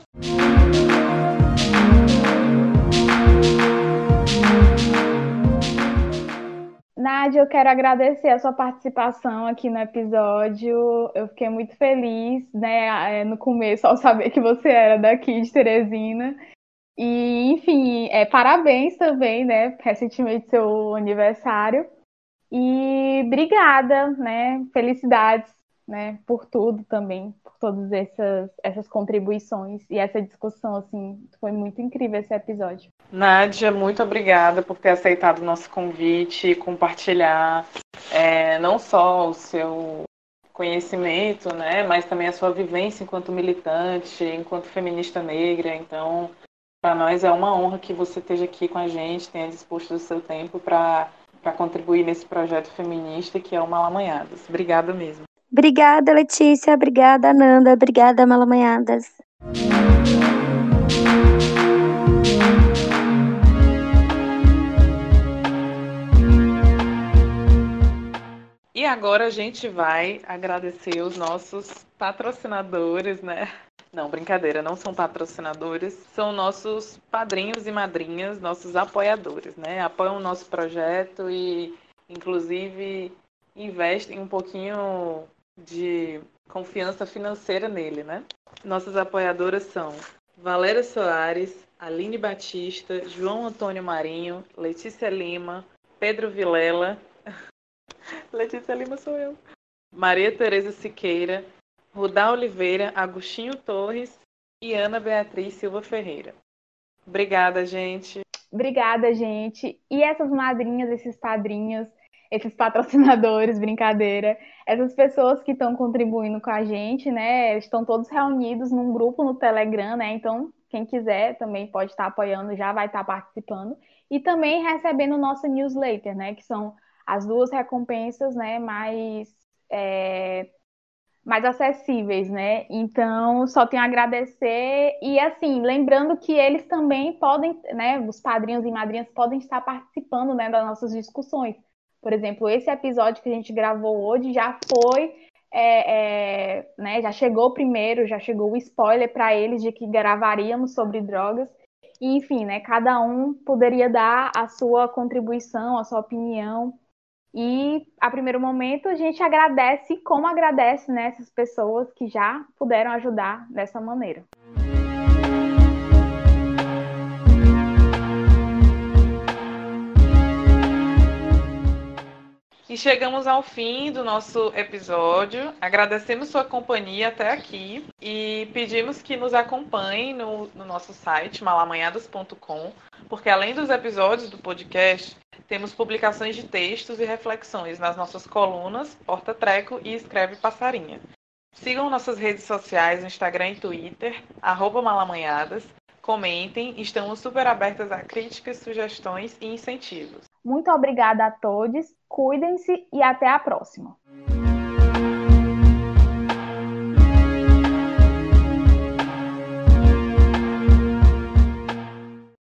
Nádia, eu quero agradecer a sua participação aqui no episódio. Eu fiquei muito feliz, né, no começo, ao saber que você era daqui de Teresina. E, enfim, é, parabéns também, né, recentemente seu aniversário. E obrigada, né, felicidades, né, por tudo também, por todas essas, essas contribuições e essa discussão, assim, foi muito incrível esse episódio. Nádia, muito obrigada por ter aceitado o nosso convite e compartilhar é, não só o seu conhecimento, né, mas também a sua vivência enquanto militante, enquanto feminista negra. Então, para nós é uma honra que você esteja aqui com a gente, tenha disposto o seu tempo para para contribuir nesse projeto feminista que é o Malamanhadas. Obrigada mesmo. Obrigada, Letícia. Obrigada, Nanda. Obrigada, Malamanhadas. E agora a gente vai agradecer os nossos patrocinadores, né? Não, brincadeira, não são patrocinadores, são nossos padrinhos e madrinhas, nossos apoiadores, né? Apoiam o nosso projeto e, inclusive, investem um pouquinho de confiança financeira nele, né? Nossas apoiadoras são Valéria Soares, Aline Batista, João Antônio Marinho, Letícia Lima, Pedro Vilela, Letícia Lima sou eu, Maria Tereza Siqueira, Rudá Oliveira, Agostinho Torres e Ana Beatriz Silva Ferreira. Obrigada, gente. Obrigada, gente. E essas madrinhas, esses padrinhos, esses patrocinadores, brincadeira, essas pessoas que estão contribuindo com a gente, né, estão todos reunidos num grupo no Telegram, né, então quem quiser também pode estar apoiando, já vai estar participando e também recebendo o nosso newsletter, né, que são as duas recompensas, né, mais... É... mais acessíveis, né? Então, só tenho a agradecer e, assim, lembrando que eles também podem, né, os padrinhos e madrinhas podem estar participando, né, das nossas discussões. Por exemplo, esse episódio que a gente gravou hoje já foi, é, é, né, já chegou primeiro, já chegou o spoiler para eles de que gravaríamos sobre drogas. E, enfim, né, cada um poderia dar a sua contribuição, a sua opinião. E, a primeiro momento, a gente agradece, como agradece, né, essas pessoas que já puderam ajudar dessa maneira. E chegamos ao fim do nosso episódio. Agradecemos sua companhia até aqui e pedimos que nos acompanhem no, no nosso site, malamanhadas ponto com, porque além dos episódios do podcast, temos publicações de textos e reflexões nas nossas colunas Porta Treco e Escreve Passarinha. Sigam nossas redes sociais no Instagram e Twitter, arroba malamanhadas. Comentem, estamos super abertas a críticas, sugestões e incentivos. Muito obrigada a todos, cuidem-se e até a próxima.